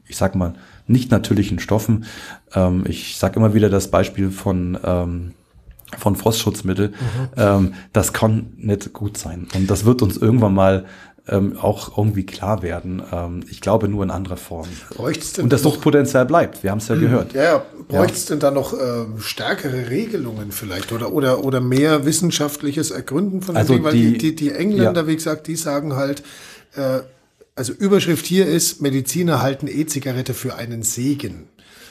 ich sag mal, nicht natürlichen Stoffen. Ähm, ich sage immer wieder das Beispiel von ähm, von Frostschutzmittel. Mhm. Ähm, das kann nicht gut sein. Und das wird uns irgendwann mal ähm, auch irgendwie klar werden. Ähm, ich glaube nur in anderer Form. Bräucht's denn Und das Suchtpotenzial bleibt. Wir haben es ja gehört. Ja, ja. Bräuchte es ja. denn da noch äh, stärkere Regelungen vielleicht oder, oder, oder mehr wissenschaftliches Ergründen von also dem? Weil die, die, die, die Engländer, ja. wie gesagt, die sagen halt, äh, also Überschrift hier ist, Mediziner halten E-Zigarette für einen Segen.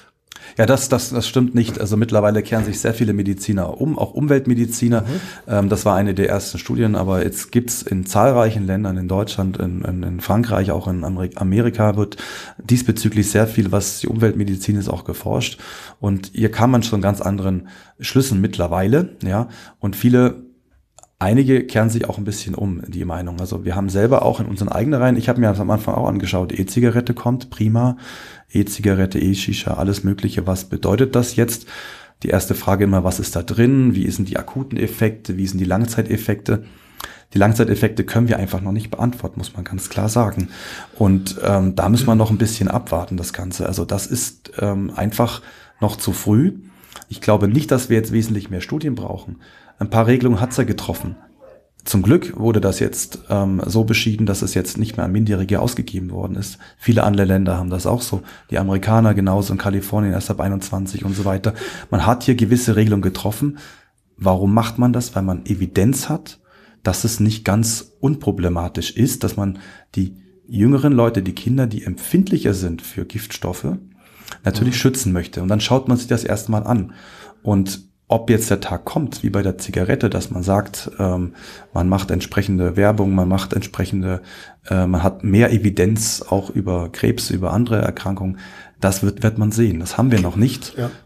Ja, das, das, das stimmt nicht. Also mittlerweile kehren sich sehr viele Mediziner um, auch Umweltmediziner. Mhm. Ähm, das war eine der ersten Studien, aber jetzt gibt's in zahlreichen Ländern, in Deutschland, in, in, in Frankreich, auch in Amerika wird diesbezüglich sehr viel, was die Umweltmedizin ist, auch geforscht. Und hier kann man schon ganz anderen Schlüssen mittlerweile, ja. Und viele Einige kehren sich auch ein bisschen um, die Meinung. Also wir haben selber auch in unseren eigenen Reihen, ich habe mir das am Anfang auch angeschaut, E-Zigarette kommt, prima, E-Zigarette, E-Shisha, alles Mögliche. Was bedeutet das jetzt? Die erste Frage immer, was ist da drin? Wie sind die akuten Effekte? Wie sind die Langzeiteffekte? Die Langzeiteffekte können wir einfach noch nicht beantworten, muss man ganz klar sagen. Und ähm, da müssen wir noch ein bisschen abwarten, das Ganze. Also das ist ähm, einfach noch zu früh. Ich glaube nicht, dass wir jetzt wesentlich mehr Studien brauchen. Ein paar Regelungen hat's ja getroffen. Zum Glück wurde das jetzt ähm, so beschieden, dass es jetzt nicht mehr an Minderjährige ausgegeben worden ist. Viele andere Länder haben das auch so. Die Amerikaner genauso, in Kalifornien erst ab einundzwanzig und so weiter. Man hat hier gewisse Regelungen getroffen. Warum macht man das? Weil man Evidenz hat, dass es nicht ganz unproblematisch ist, dass man die jüngeren Leute, die Kinder, die empfindlicher sind für Giftstoffe, natürlich mhm. schützen möchte. Und dann schaut man sich das erstmal an. Und ob jetzt der Tag kommt, wie bei der Zigarette, dass man sagt, ähm, man macht entsprechende Werbung, man macht entsprechende, äh, man hat mehr Evidenz auch über Krebs, über andere Erkrankungen, das wird, wird man sehen. Das haben wir noch nicht. Ja.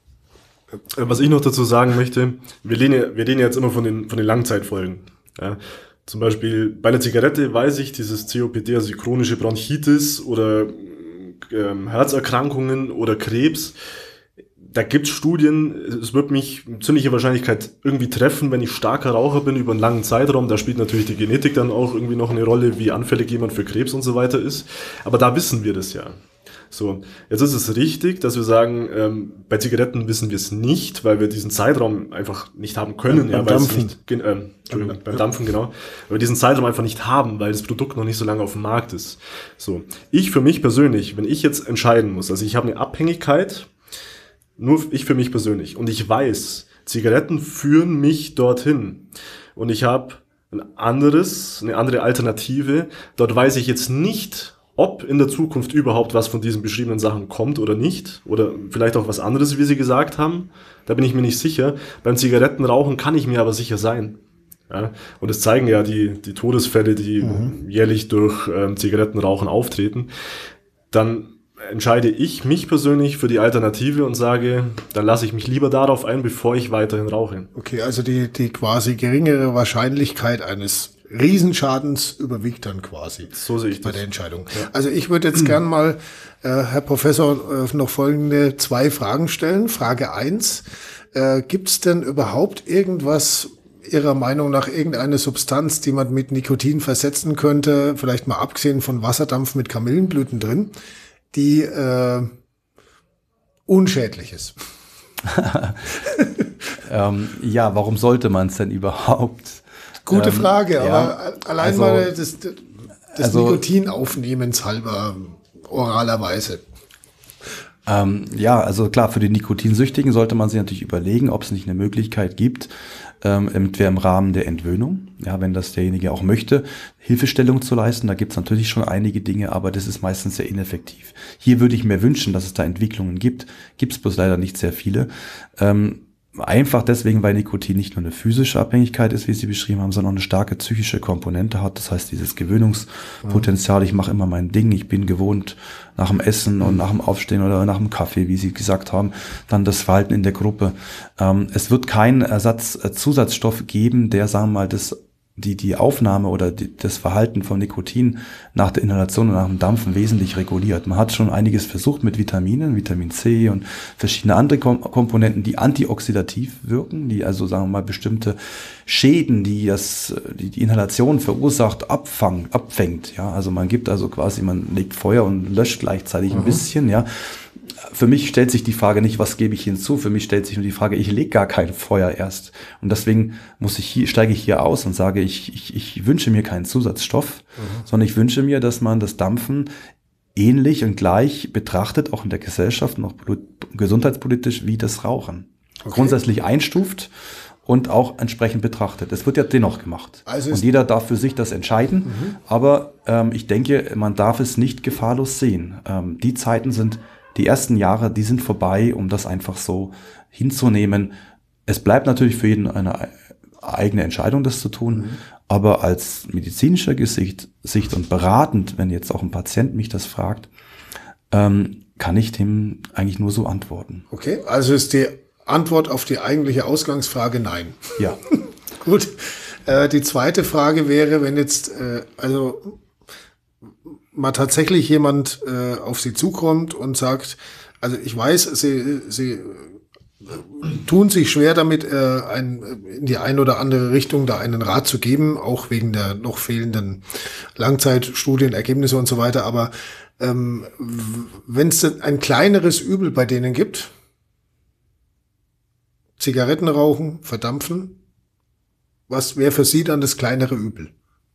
Was ich noch dazu sagen möchte, wir reden, wir reden jetzt immer von den, von den Langzeitfolgen. Ja. Zum Beispiel bei der Zigarette weiß ich, dieses C O P D, also die chronische Bronchitis oder ähm, Herzerkrankungen oder Krebs, da gibt's Studien, es wird mich mit ziemlicher Wahrscheinlichkeit irgendwie treffen, wenn ich starker Raucher bin über einen langen Zeitraum. Da spielt natürlich die Genetik dann auch irgendwie noch eine Rolle, wie anfällig jemand für Krebs und so weiter ist. Aber da wissen wir das ja. So, jetzt ist es richtig, dass wir sagen, ähm, bei Zigaretten wissen wir es nicht, weil wir diesen Zeitraum einfach nicht haben können. Beim ja, weil Dampfen. Es nicht, äh, Entschuldigung, beim Dampfen, genau. Weil wir diesen Zeitraum einfach nicht haben, weil das Produkt noch nicht so lange auf dem Markt ist. So, ich für mich persönlich, wenn ich jetzt entscheiden muss, also ich habe eine Abhängigkeit, nur ich für mich persönlich. Und ich weiß, Zigaretten führen mich dorthin. Und ich habe ein anderes, eine andere Alternative. Dort weiß ich jetzt nicht, ob in der Zukunft überhaupt was von diesen beschriebenen Sachen kommt oder nicht. Oder vielleicht auch was anderes, wie Sie gesagt haben. Da bin ich mir nicht sicher. Beim Zigarettenrauchen kann ich mir aber sicher sein. Ja, und es zeigen ja die, die Todesfälle, die mhm. jährlich durch ähm, Zigarettenrauchen auftreten. Dann entscheide ich mich persönlich für die Alternative und sage, dann lasse ich mich lieber darauf ein, bevor ich weiterhin rauche. Okay, also die, die quasi geringere Wahrscheinlichkeit eines Riesenschadens überwiegt dann quasi. So sehe ich bei das. der Entscheidung. Ja. Also ich würde jetzt gern mal, äh, Herr Professor, äh, noch folgende zwei Fragen stellen. Frage eins, äh, gibt es denn überhaupt irgendwas Ihrer Meinung nach, irgendeine Substanz, die man mit Nikotin versetzen könnte, vielleicht mal abgesehen von Wasserdampf mit Kamillenblüten drin, die äh, unschädlich ist? ähm, ja, warum sollte man es denn überhaupt? Gute ähm, Frage, ja, aber allein also, mal des, des also, Nikotinaufnehmens halber, oralerweise. Ähm, ja, also klar, für die Nikotinsüchtigen sollte man sich natürlich überlegen, ob es nicht eine Möglichkeit gibt, ähm, entweder im Rahmen der Entwöhnung, ja, wenn das derjenige auch möchte, Hilfestellung zu leisten. Da gibt es natürlich schon einige Dinge, aber das ist meistens sehr ineffektiv. Hier würde ich mir wünschen, dass es da Entwicklungen gibt. Gibt es bloß leider nicht sehr viele. Ähm, Einfach deswegen, weil Nikotin nicht nur eine physische Abhängigkeit ist, wie Sie beschrieben haben, sondern auch eine starke psychische Komponente hat. Das heißt, dieses Gewöhnungspotenzial, ich mache immer mein Ding, ich bin gewohnt nach dem Essen und nach dem Aufstehen oder nach dem Kaffee, wie Sie gesagt haben, dann das Verhalten in der Gruppe. Ähm, es wird keinen Ersatz, äh, Zusatzstoff geben, der, sagen wir mal, das die, die Aufnahme oder die, das Verhalten von Nikotin nach der Inhalation und nach dem Dampfen wesentlich reguliert. Man hat schon einiges versucht mit Vitaminen, Vitamin C und verschiedene andere Kom- Komponenten, die antioxidativ wirken, die also, sagen wir mal, bestimmte Schäden, die das, die, die Inhalation verursacht, abfang, abfängt. Ja, also man gibt also quasi, man legt Feuer und löscht gleichzeitig mhm. ein bisschen, ja. Für mich stellt sich die Frage nicht, was gebe ich hinzu? Für mich stellt sich nur die Frage, ich lege gar kein Feuer erst. Und deswegen muss ich hier, steige ich hier aus und sage, ich, ich, ich wünsche mir keinen Zusatzstoff, mhm. sondern ich wünsche mir, dass man das Dampfen ähnlich und gleich betrachtet, auch in der Gesellschaft und auch gesundheitspolitisch, wie das Rauchen. Okay. Grundsätzlich einstuft und auch entsprechend betrachtet. Das wird ja dennoch gemacht. Also und jeder darf für sich das entscheiden. Mhm. Aber ähm, ich denke, man darf es nicht gefahrlos sehen. Ähm, die Zeiten sind Die ersten Jahre, die sind vorbei, um das einfach so hinzunehmen. Es bleibt natürlich für jeden eine eigene Entscheidung, das zu tun. Mhm. Aber als medizinischer Gesicht, Sicht und beratend, wenn jetzt auch ein Patient mich das fragt, ähm, kann ich dem eigentlich nur so antworten. Okay, also ist die Antwort auf die eigentliche Ausgangsfrage nein. Ja. Gut. Äh, die zweite Frage wäre, wenn jetzt, äh, also mal tatsächlich jemand äh, auf Sie zukommt und sagt, also ich weiß, Sie, Sie äh, tun sich schwer damit, äh, ein, in die eine oder andere Richtung da einen Rat zu geben, auch wegen der noch fehlenden Langzeitstudienergebnisse und so weiter. Aber ähm, wenn es ein kleineres Übel bei denen gibt, Zigaretten rauchen, verdampfen, was wäre für Sie dann das kleinere Übel?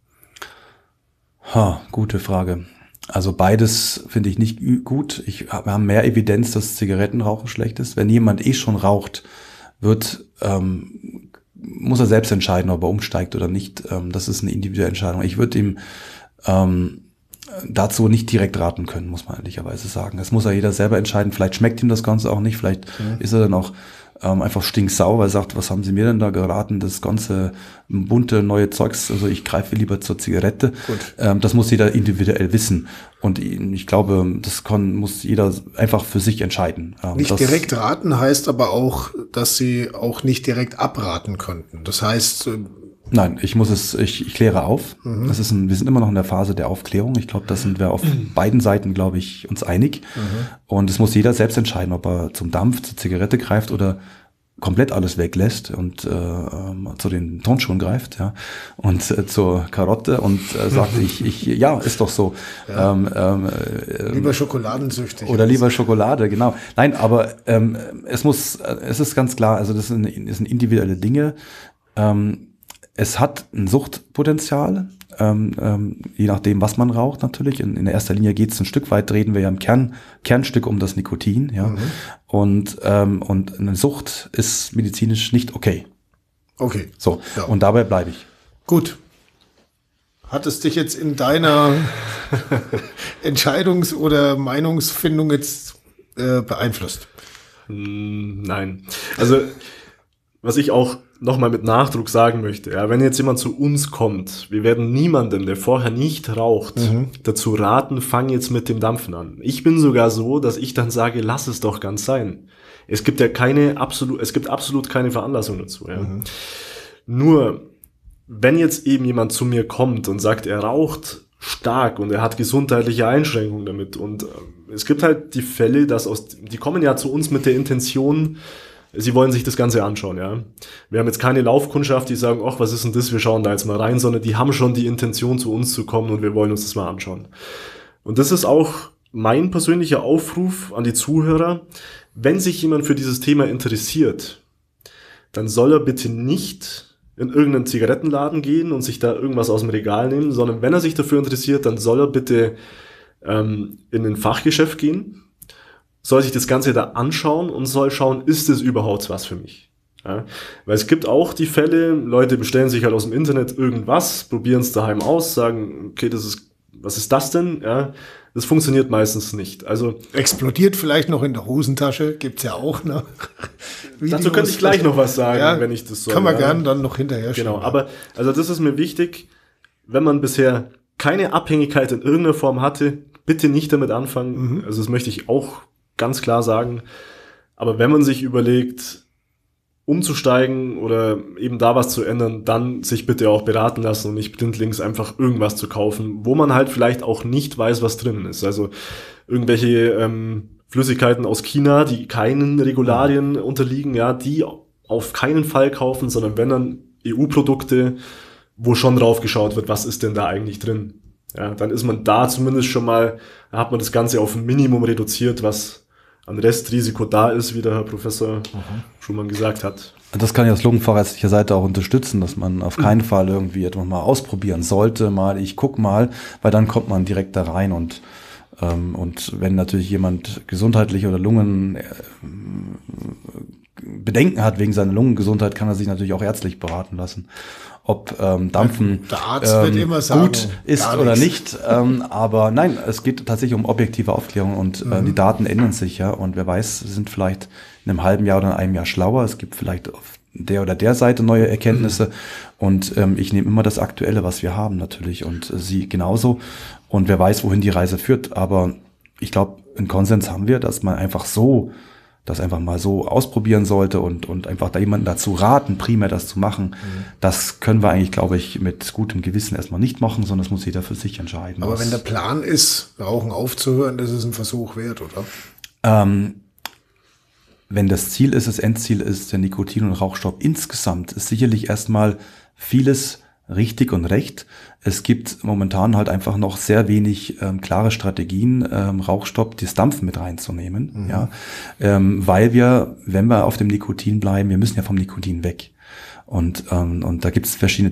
Ha, gute Frage. Also beides finde ich nicht gut. Ich, wir haben mehr Evidenz, dass Zigarettenrauchen schlecht ist. Wenn jemand eh schon raucht, wird, ähm, muss er selbst entscheiden, ob er umsteigt oder nicht. Ähm, das ist eine individuelle Entscheidung. Ich würde ihm ähm, dazu nicht direkt raten können, muss man ehrlicherweise sagen. Das muss ja jeder selber entscheiden. Vielleicht schmeckt ihm das Ganze auch nicht. Vielleicht mhm. ist er dann auch ähm, einfach stinksauer, weil er sagt, was haben Sie mir denn da geraten? Das ganze bunte neue Zeugs, also ich greife lieber zur Zigarette. Ähm, das muss jeder individuell wissen. Und ich glaube, das kann, muss jeder einfach für sich entscheiden. Ähm, nicht direkt raten heißt aber auch, dass Sie auch nicht direkt abraten könnten. Das heißt... Nein, ich muss es, ich, ich kläre auf. Mhm. Das ist ein, wir sind immer noch in der Phase der Aufklärung. Ich glaube, da sind wir auf mhm. beiden Seiten, glaube ich, uns einig. Mhm. Und es muss jeder selbst entscheiden, ob er zum Dampf, zur Zigarette greift oder komplett alles weglässt und äh, ähm, zu den Turnschuhen greift, ja, und äh, zur Karotte und äh, sagt, ich, ich, ja, ist doch so. Ja. Ähm, ähm, äh, lieber schokoladensüchtig. Oder lieber Schokolade, genau. Nein, aber ähm, es muss, es ist ganz klar, also das sind, das sind individuelle Dinge. Ähm, Es hat ein Suchtpotenzial, ähm, ähm, je nachdem, was man raucht natürlich. In, in erster Linie geht es ein Stück weit, reden wir ja im Kern, Kernstück um das Nikotin. Ja, mhm. und, ähm, und eine Sucht ist medizinisch nicht okay. Okay. So, ja. Und dabei bleibe ich. Gut. Hat es dich jetzt in deiner Entscheidungs- oder Meinungsfindung jetzt äh, beeinflusst? Nein. Also, was ich auch nochmal mit Nachdruck sagen möchte, ja, wenn jetzt jemand zu uns kommt, wir werden niemandem, der vorher nicht raucht, mhm. dazu raten, fang jetzt mit dem Dampfen an. Ich bin sogar so, dass ich dann sage, lass es doch ganz sein. Es gibt ja keine absolut, es gibt absolut keine Veranlassung dazu. Ja. Mhm. Nur, wenn jetzt eben jemand zu mir kommt und sagt, er raucht stark und er hat gesundheitliche Einschränkungen damit und äh, es gibt halt die Fälle, dass aus, die kommen ja zu uns mit der Intention, sie wollen sich das Ganze anschauen, ja. Wir haben jetzt keine Laufkundschaft, die sagen, ach, was ist denn das, wir schauen da jetzt mal rein, sondern die haben schon die Intention, zu uns zu kommen und wir wollen uns das mal anschauen. Und das ist auch mein persönlicher Aufruf an die Zuhörer, wenn sich jemand für dieses Thema interessiert, dann soll er bitte nicht in irgendeinen Zigarettenladen gehen und sich da irgendwas aus dem Regal nehmen, sondern wenn er sich dafür interessiert, dann soll er bitte ähm, in ein Fachgeschäft gehen, soll sich das Ganze da anschauen und soll schauen, ist es überhaupt was für mich? Ja, weil es gibt auch die Fälle, Leute bestellen sich halt aus dem Internet irgendwas, probieren es daheim aus, sagen, okay, das ist, was ist das denn? Ja, das funktioniert meistens nicht. Also explodiert vielleicht noch in der Hosentasche, gibt's ja auch noch. Dazu könnte ich gleich noch was sagen, ja, wenn ich das so. Kann man ja. gerne dann noch hinterher schauen. Genau, aber also das ist mir wichtig, wenn man bisher keine Abhängigkeit in irgendeiner Form hatte, bitte nicht damit anfangen. Mhm. Also das möchte ich auch ganz klar sagen. Aber wenn man sich überlegt, umzusteigen oder eben da was zu ändern, dann sich bitte auch beraten lassen und nicht blindlings einfach irgendwas zu kaufen, wo man halt vielleicht auch nicht weiß, was drin ist. Also irgendwelche ähm, Flüssigkeiten aus China, die keinen Regularien unterliegen, ja, die auf keinen Fall kaufen, sondern wenn dann E U-Produkte, wo schon drauf geschaut wird, was ist denn da eigentlich drin. Ja, dann ist man da zumindest schon mal, da hat man das Ganze auf ein Minimum reduziert, was an Restrisiko da ist, wie der Herr Professor mhm. Schumann gesagt hat. Das kann ich aus lungenfachärztlicher Seite auch unterstützen, dass man auf keinen mhm. Fall irgendwie etwas mal ausprobieren sollte, mal ich guck mal, weil dann kommt man direkt da rein und ähm, und wenn natürlich jemand gesundheitliche oder Lungen äh, Bedenken hat wegen seiner Lungengesundheit, kann er sich natürlich auch ärztlich beraten lassen. Ob ähm, Dampfen Der Arzt ähm, wird immer sagen, gut ist oder nicht. Ähm, aber nein, es geht tatsächlich um objektive Aufklärung und äh, mhm. die Daten ändern sich ja. Und wer weiß, sie sind vielleicht in einem halben Jahr oder in einem Jahr schlauer. Es gibt vielleicht auf der oder der Seite neue Erkenntnisse. Mhm. Und ähm, ich nehme immer das Aktuelle, was wir haben natürlich und äh, sie genauso. Und wer weiß, wohin die Reise führt. Aber ich glaube, einen Konsens haben wir, dass man einfach so das einfach mal so ausprobieren sollte und und einfach da jemanden dazu raten, primär das zu machen, mhm. das können wir eigentlich, glaube ich, mit gutem Gewissen erstmal nicht machen, sondern das muss jeder für sich entscheiden. Aber wenn der Plan ist, Rauchen aufzuhören, das ist ein Versuch wert, oder? Ähm, wenn das Ziel ist, das Endziel ist, der Nikotin- und Rauchstopp insgesamt, ist sicherlich erstmal vieles richtig und recht. Es gibt momentan halt einfach noch sehr wenig ähm, klare Strategien, ähm, Rauchstopp, das Dampfen mit reinzunehmen, mhm. ja, ähm, weil wir, wenn wir auf dem Nikotin bleiben, wir müssen ja vom Nikotin weg. Und ähm, und da gibt es verschiedene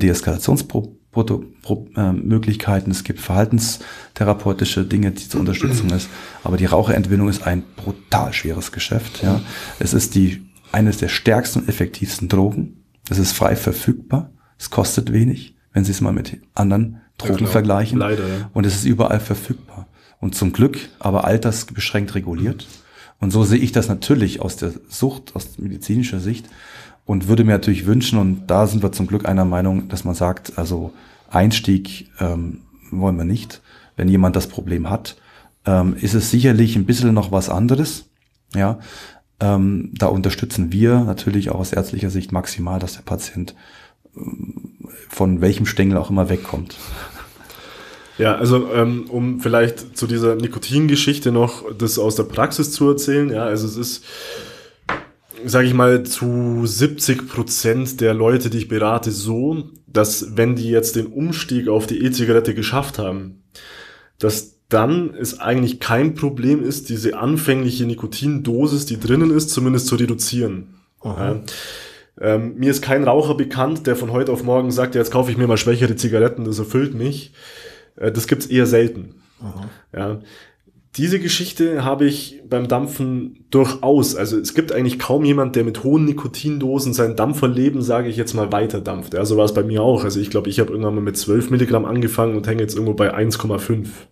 Deeskalationsmöglichkeiten. Es gibt verhaltenstherapeutische Dinge, die zur Unterstützung ist. Aber die Raucherentwöhnung ist ein brutal schweres Geschäft. Ja, es ist die eines der stärksten und effektivsten Drogen. Es ist frei verfügbar. Es kostet wenig, wenn Sie es mal mit anderen Drogen ja, vergleichen. Leider, ja. Und es ist überall verfügbar. Und zum Glück aber altersbeschränkt reguliert. Und so sehe ich das natürlich aus der Sucht, aus medizinischer Sicht. Und würde mir natürlich wünschen, und da sind wir zum Glück einer Meinung, dass man sagt, also Einstieg ähm, wollen wir nicht. Wenn jemand das Problem hat, ähm, ist es sicherlich ein bisschen noch was anderes. Ja, ähm, da unterstützen wir natürlich auch aus ärztlicher Sicht maximal, dass der Patient von welchem Stängel auch immer wegkommt. Ja, also ähm, um vielleicht zu dieser Nikotingeschichte noch das aus der Praxis zu erzählen, ja, also es ist, sage ich mal, zu siebzig Prozent der Leute, die ich berate, so, dass wenn die jetzt den Umstieg auf die E-Zigarette geschafft haben, dass dann es eigentlich kein Problem ist, diese anfängliche Nikotindosis, die drinnen ist, zumindest zu reduzieren. Ja. Ähm, mir ist kein Raucher bekannt, der von heute auf morgen sagt, ja, jetzt kaufe ich mir mal schwächere Zigaretten, das erfüllt mich. Äh, das gibt's eher selten. Ja. Diese Geschichte habe ich beim Dampfen durchaus. Also es gibt eigentlich kaum jemand, der mit hohen Nikotindosen sein Dampferleben, sage ich jetzt mal, weiter dampft. Ja, so war es bei mir auch. Also ich glaube, ich habe irgendwann mal mit zwölf Milligramm angefangen und hänge jetzt irgendwo bei eins Komma fünf.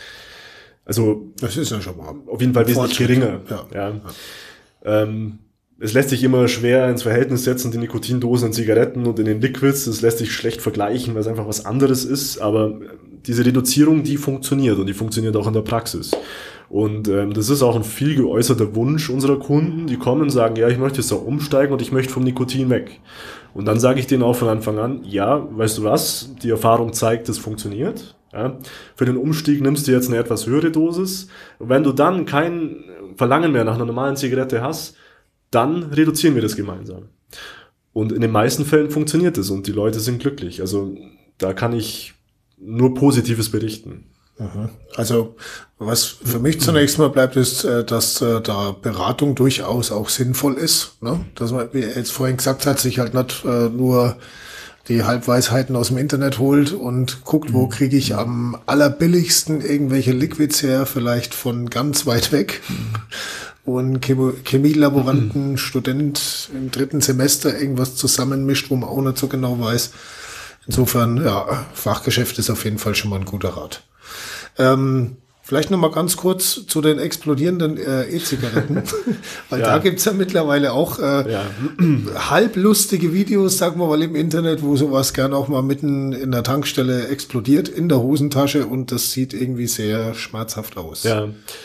Also das ist ja schon mal auf jeden Fall wesentlich geringer. Ja. Ja. Ja. Ähm, Es lässt sich immer schwer ins Verhältnis setzen, die Nikotindosen in Zigaretten und in den Liquids. Das lässt sich schlecht vergleichen, weil es einfach was anderes ist. Aber diese Reduzierung, die funktioniert und die funktioniert auch in der Praxis. Und ähm, das ist auch ein viel geäußerter Wunsch unserer Kunden. Die kommen und sagen, ja, ich möchte jetzt da umsteigen und ich möchte vom Nikotin weg. Und dann sage ich denen auch von Anfang an, ja, weißt du was, die Erfahrung zeigt, das funktioniert. Ja, für den Umstieg nimmst du jetzt eine etwas höhere Dosis. Und wenn du dann kein Verlangen mehr nach einer normalen Zigarette hast, dann reduzieren wir das gemeinsam. Und in den meisten Fällen funktioniert es und die Leute sind glücklich. Also da kann ich nur Positives berichten. Also was für mich zunächst mal bleibt, ist, dass da Beratung durchaus auch sinnvoll ist. Ne? Dass man, wie er jetzt vorhin gesagt hat, sich halt nicht nur die Halbweisheiten aus dem Internet holt und guckt, wo kriege ich am allerbilligsten irgendwelche Liquids her, vielleicht von ganz weit weg. Und Chemielaboranten, Student im dritten Semester irgendwas zusammenmischt, wo man auch nicht so genau weiß. Insofern, ja, Fachgeschäft ist auf jeden Fall schon mal ein guter Rat. Ähm, vielleicht noch mal ganz kurz zu den explodierenden äh, E-Zigaretten, weil ja. da gibt's ja mittlerweile auch äh, ja. halblustige Videos, sagen wir mal, im Internet, wo sowas gern auch mal mitten in der Tankstelle explodiert, in der Hosentasche, und das sieht irgendwie sehr schmerzhaft aus. Ja.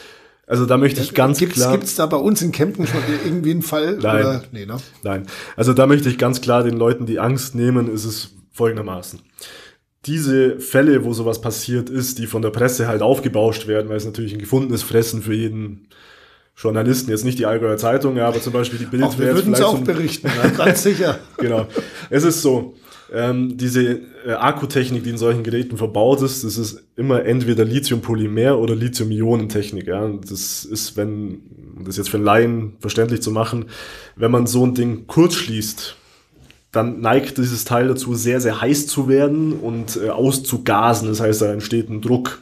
Also da möchte ich ganz gibt's, klar... Gibt es da bei uns in Kempten schon irgendwie einen Fall? Nein, oder? Nee, ne? Nein. Also da möchte ich ganz klar den Leuten die Angst nehmen, ist es folgendermaßen. Diese Fälle, wo sowas passiert ist, die von der Presse halt aufgebauscht werden, weil es natürlich ein gefundenes Fressen für jeden Journalisten, jetzt nicht die Allgäuer Zeitung, ja, aber zum Beispiel die Bild Auch wir würden es auch so berichten, ja, ganz sicher. Genau. Es ist so, ähm, diese äh, Akkutechnik, die in solchen Geräten verbaut ist, das ist immer entweder Lithium-Polymer oder Lithium-Ionen-Technik. Ja. Das ist, wenn, um das jetzt für einen Laien verständlich zu machen, wenn man so ein Ding kurz schließt, dann neigt dieses Teil dazu, sehr, sehr heiß zu werden und äh, auszugasen. Das heißt, da entsteht ein Druck.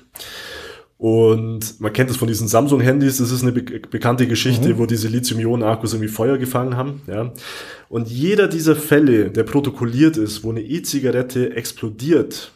Und man kennt das von diesen Samsung-Handys, das ist eine be- bekannte Geschichte, mhm. wo diese Lithium-Ionen-Akkus irgendwie Feuer gefangen haben. Ja. Und jeder dieser Fälle, der protokolliert ist, wo eine E-Zigarette explodiert,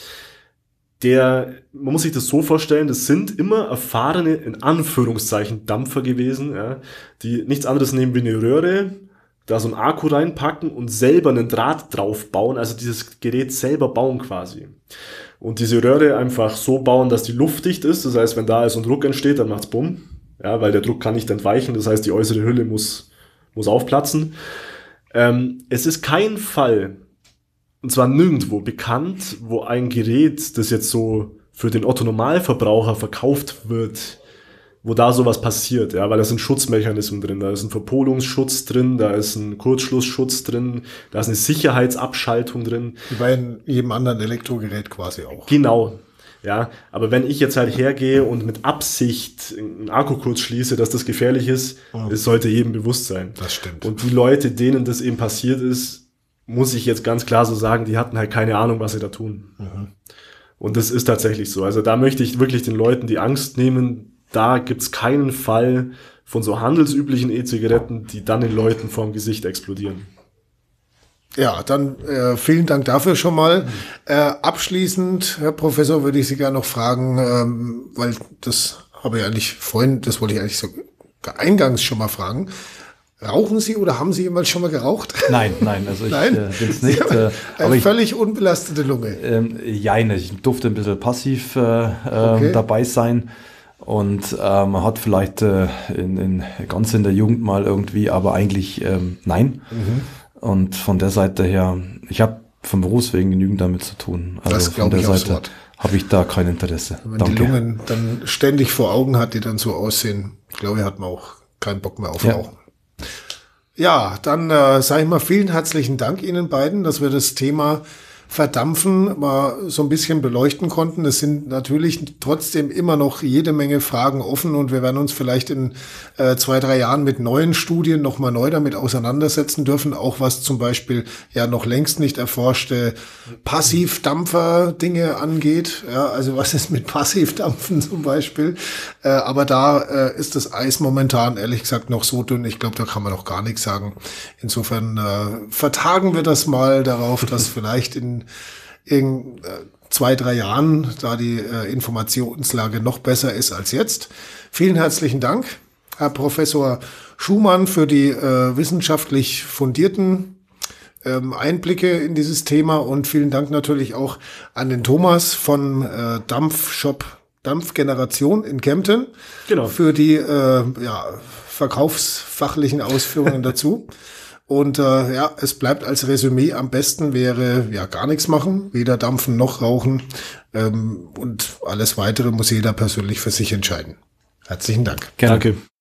der, man muss sich das so vorstellen, das sind immer erfahrene, in Anführungszeichen, Dampfer gewesen, ja, die nichts anderes nehmen wie eine Röhre, da so einen Akku reinpacken und selber einen Draht drauf bauen, also dieses Gerät selber bauen quasi. Und diese Röhre einfach so bauen, dass die luftdicht ist. Das heißt, wenn da so ein Druck entsteht, dann macht's bumm. Ja, weil der Druck kann nicht entweichen. Das heißt, die äußere Hülle muss, muss aufplatzen. Ähm, es ist kein Fall, und zwar nirgendwo bekannt, wo ein Gerät, das jetzt so für den Otto-Normalverbraucher verkauft wird, wo da sowas passiert, ja, weil da sind Schutzmechanismen drin, da ist ein Verpolungsschutz drin, da ist ein Kurzschlussschutz drin, da ist eine Sicherheitsabschaltung drin. Wie bei jedem anderen Elektrogerät quasi auch. Genau, ja, aber wenn ich jetzt halt hergehe und mit Absicht einen Akku kurz schließe, dass das gefährlich ist, mhm. das sollte jedem bewusst sein. Das stimmt. Und die Leute, denen das eben passiert ist, muss ich jetzt ganz klar so sagen, die hatten halt keine Ahnung, was sie da tun. Mhm. Und das ist tatsächlich so. Also da möchte ich wirklich den Leuten die Angst nehmen. Da gibt's keinen Fall von so handelsüblichen E-Zigaretten, die dann den Leuten vorm Gesicht explodieren. Ja, dann äh, vielen Dank dafür schon mal. Mhm. Äh, abschließend, Herr Professor, würde ich Sie gerne noch fragen, ähm, weil das habe ich eigentlich vorhin, das wollte ich eigentlich so eingangs schon mal fragen. Rauchen Sie oder haben Sie jemals schon mal geraucht? Nein, nein, also ich nein? äh, bin's nicht. Äh, Eine aber völlig ich, unbelastete Lunge. Ähm, jein, ich durfte ein bisschen passiv äh, okay. äh, dabei sein. Und äh, man hat vielleicht äh, in, in, ganz in der Jugend mal irgendwie, aber eigentlich ähm, nein. Mhm. Und von der Seite her, ich habe vom Berufswegen genügend damit zu tun. Also das von der ich Seite habe ich da kein Interesse. Wenn Danke. die Lungen dann ständig vor Augen hat, die dann so aussehen, glaube ich, hat man auch keinen Bock mehr auf ja. Rauchen. Ja, dann äh, sage ich mal vielen herzlichen Dank Ihnen beiden, dass wir das Thema Verdampfen mal so ein bisschen beleuchten konnten. Es sind natürlich trotzdem immer noch jede Menge Fragen offen und wir werden uns vielleicht in äh, zwei, drei Jahren mit neuen Studien nochmal neu damit auseinandersetzen dürfen, auch was zum Beispiel ja noch längst nicht erforschte Passivdampfer-Dinge angeht. Ja, also was ist mit Passivdampfen zum Beispiel? Äh, aber da äh, ist das Eis momentan ehrlich gesagt noch so dünn. Ich glaube, da kann man noch gar nichts sagen. Insofern äh, vertagen wir das mal darauf, dass vielleicht in in äh, zwei, drei Jahren, da die äh, Informationslage noch besser ist als jetzt. Vielen herzlichen Dank, Herr Professor Schumann, für die äh, wissenschaftlich fundierten ähm, Einblicke in dieses Thema und vielen Dank natürlich auch an den Thomas von äh, Dampfshop Dampfgeneration in Kempten genau. für die äh, ja, verkaufsfachlichen Ausführungen dazu. Und äh, ja, es bleibt als Resümee am besten wäre ja gar nichts machen, weder dampfen noch rauchen. Ähm, und alles Weitere muss jeder persönlich für sich entscheiden. Herzlichen Dank. Gerne. Danke.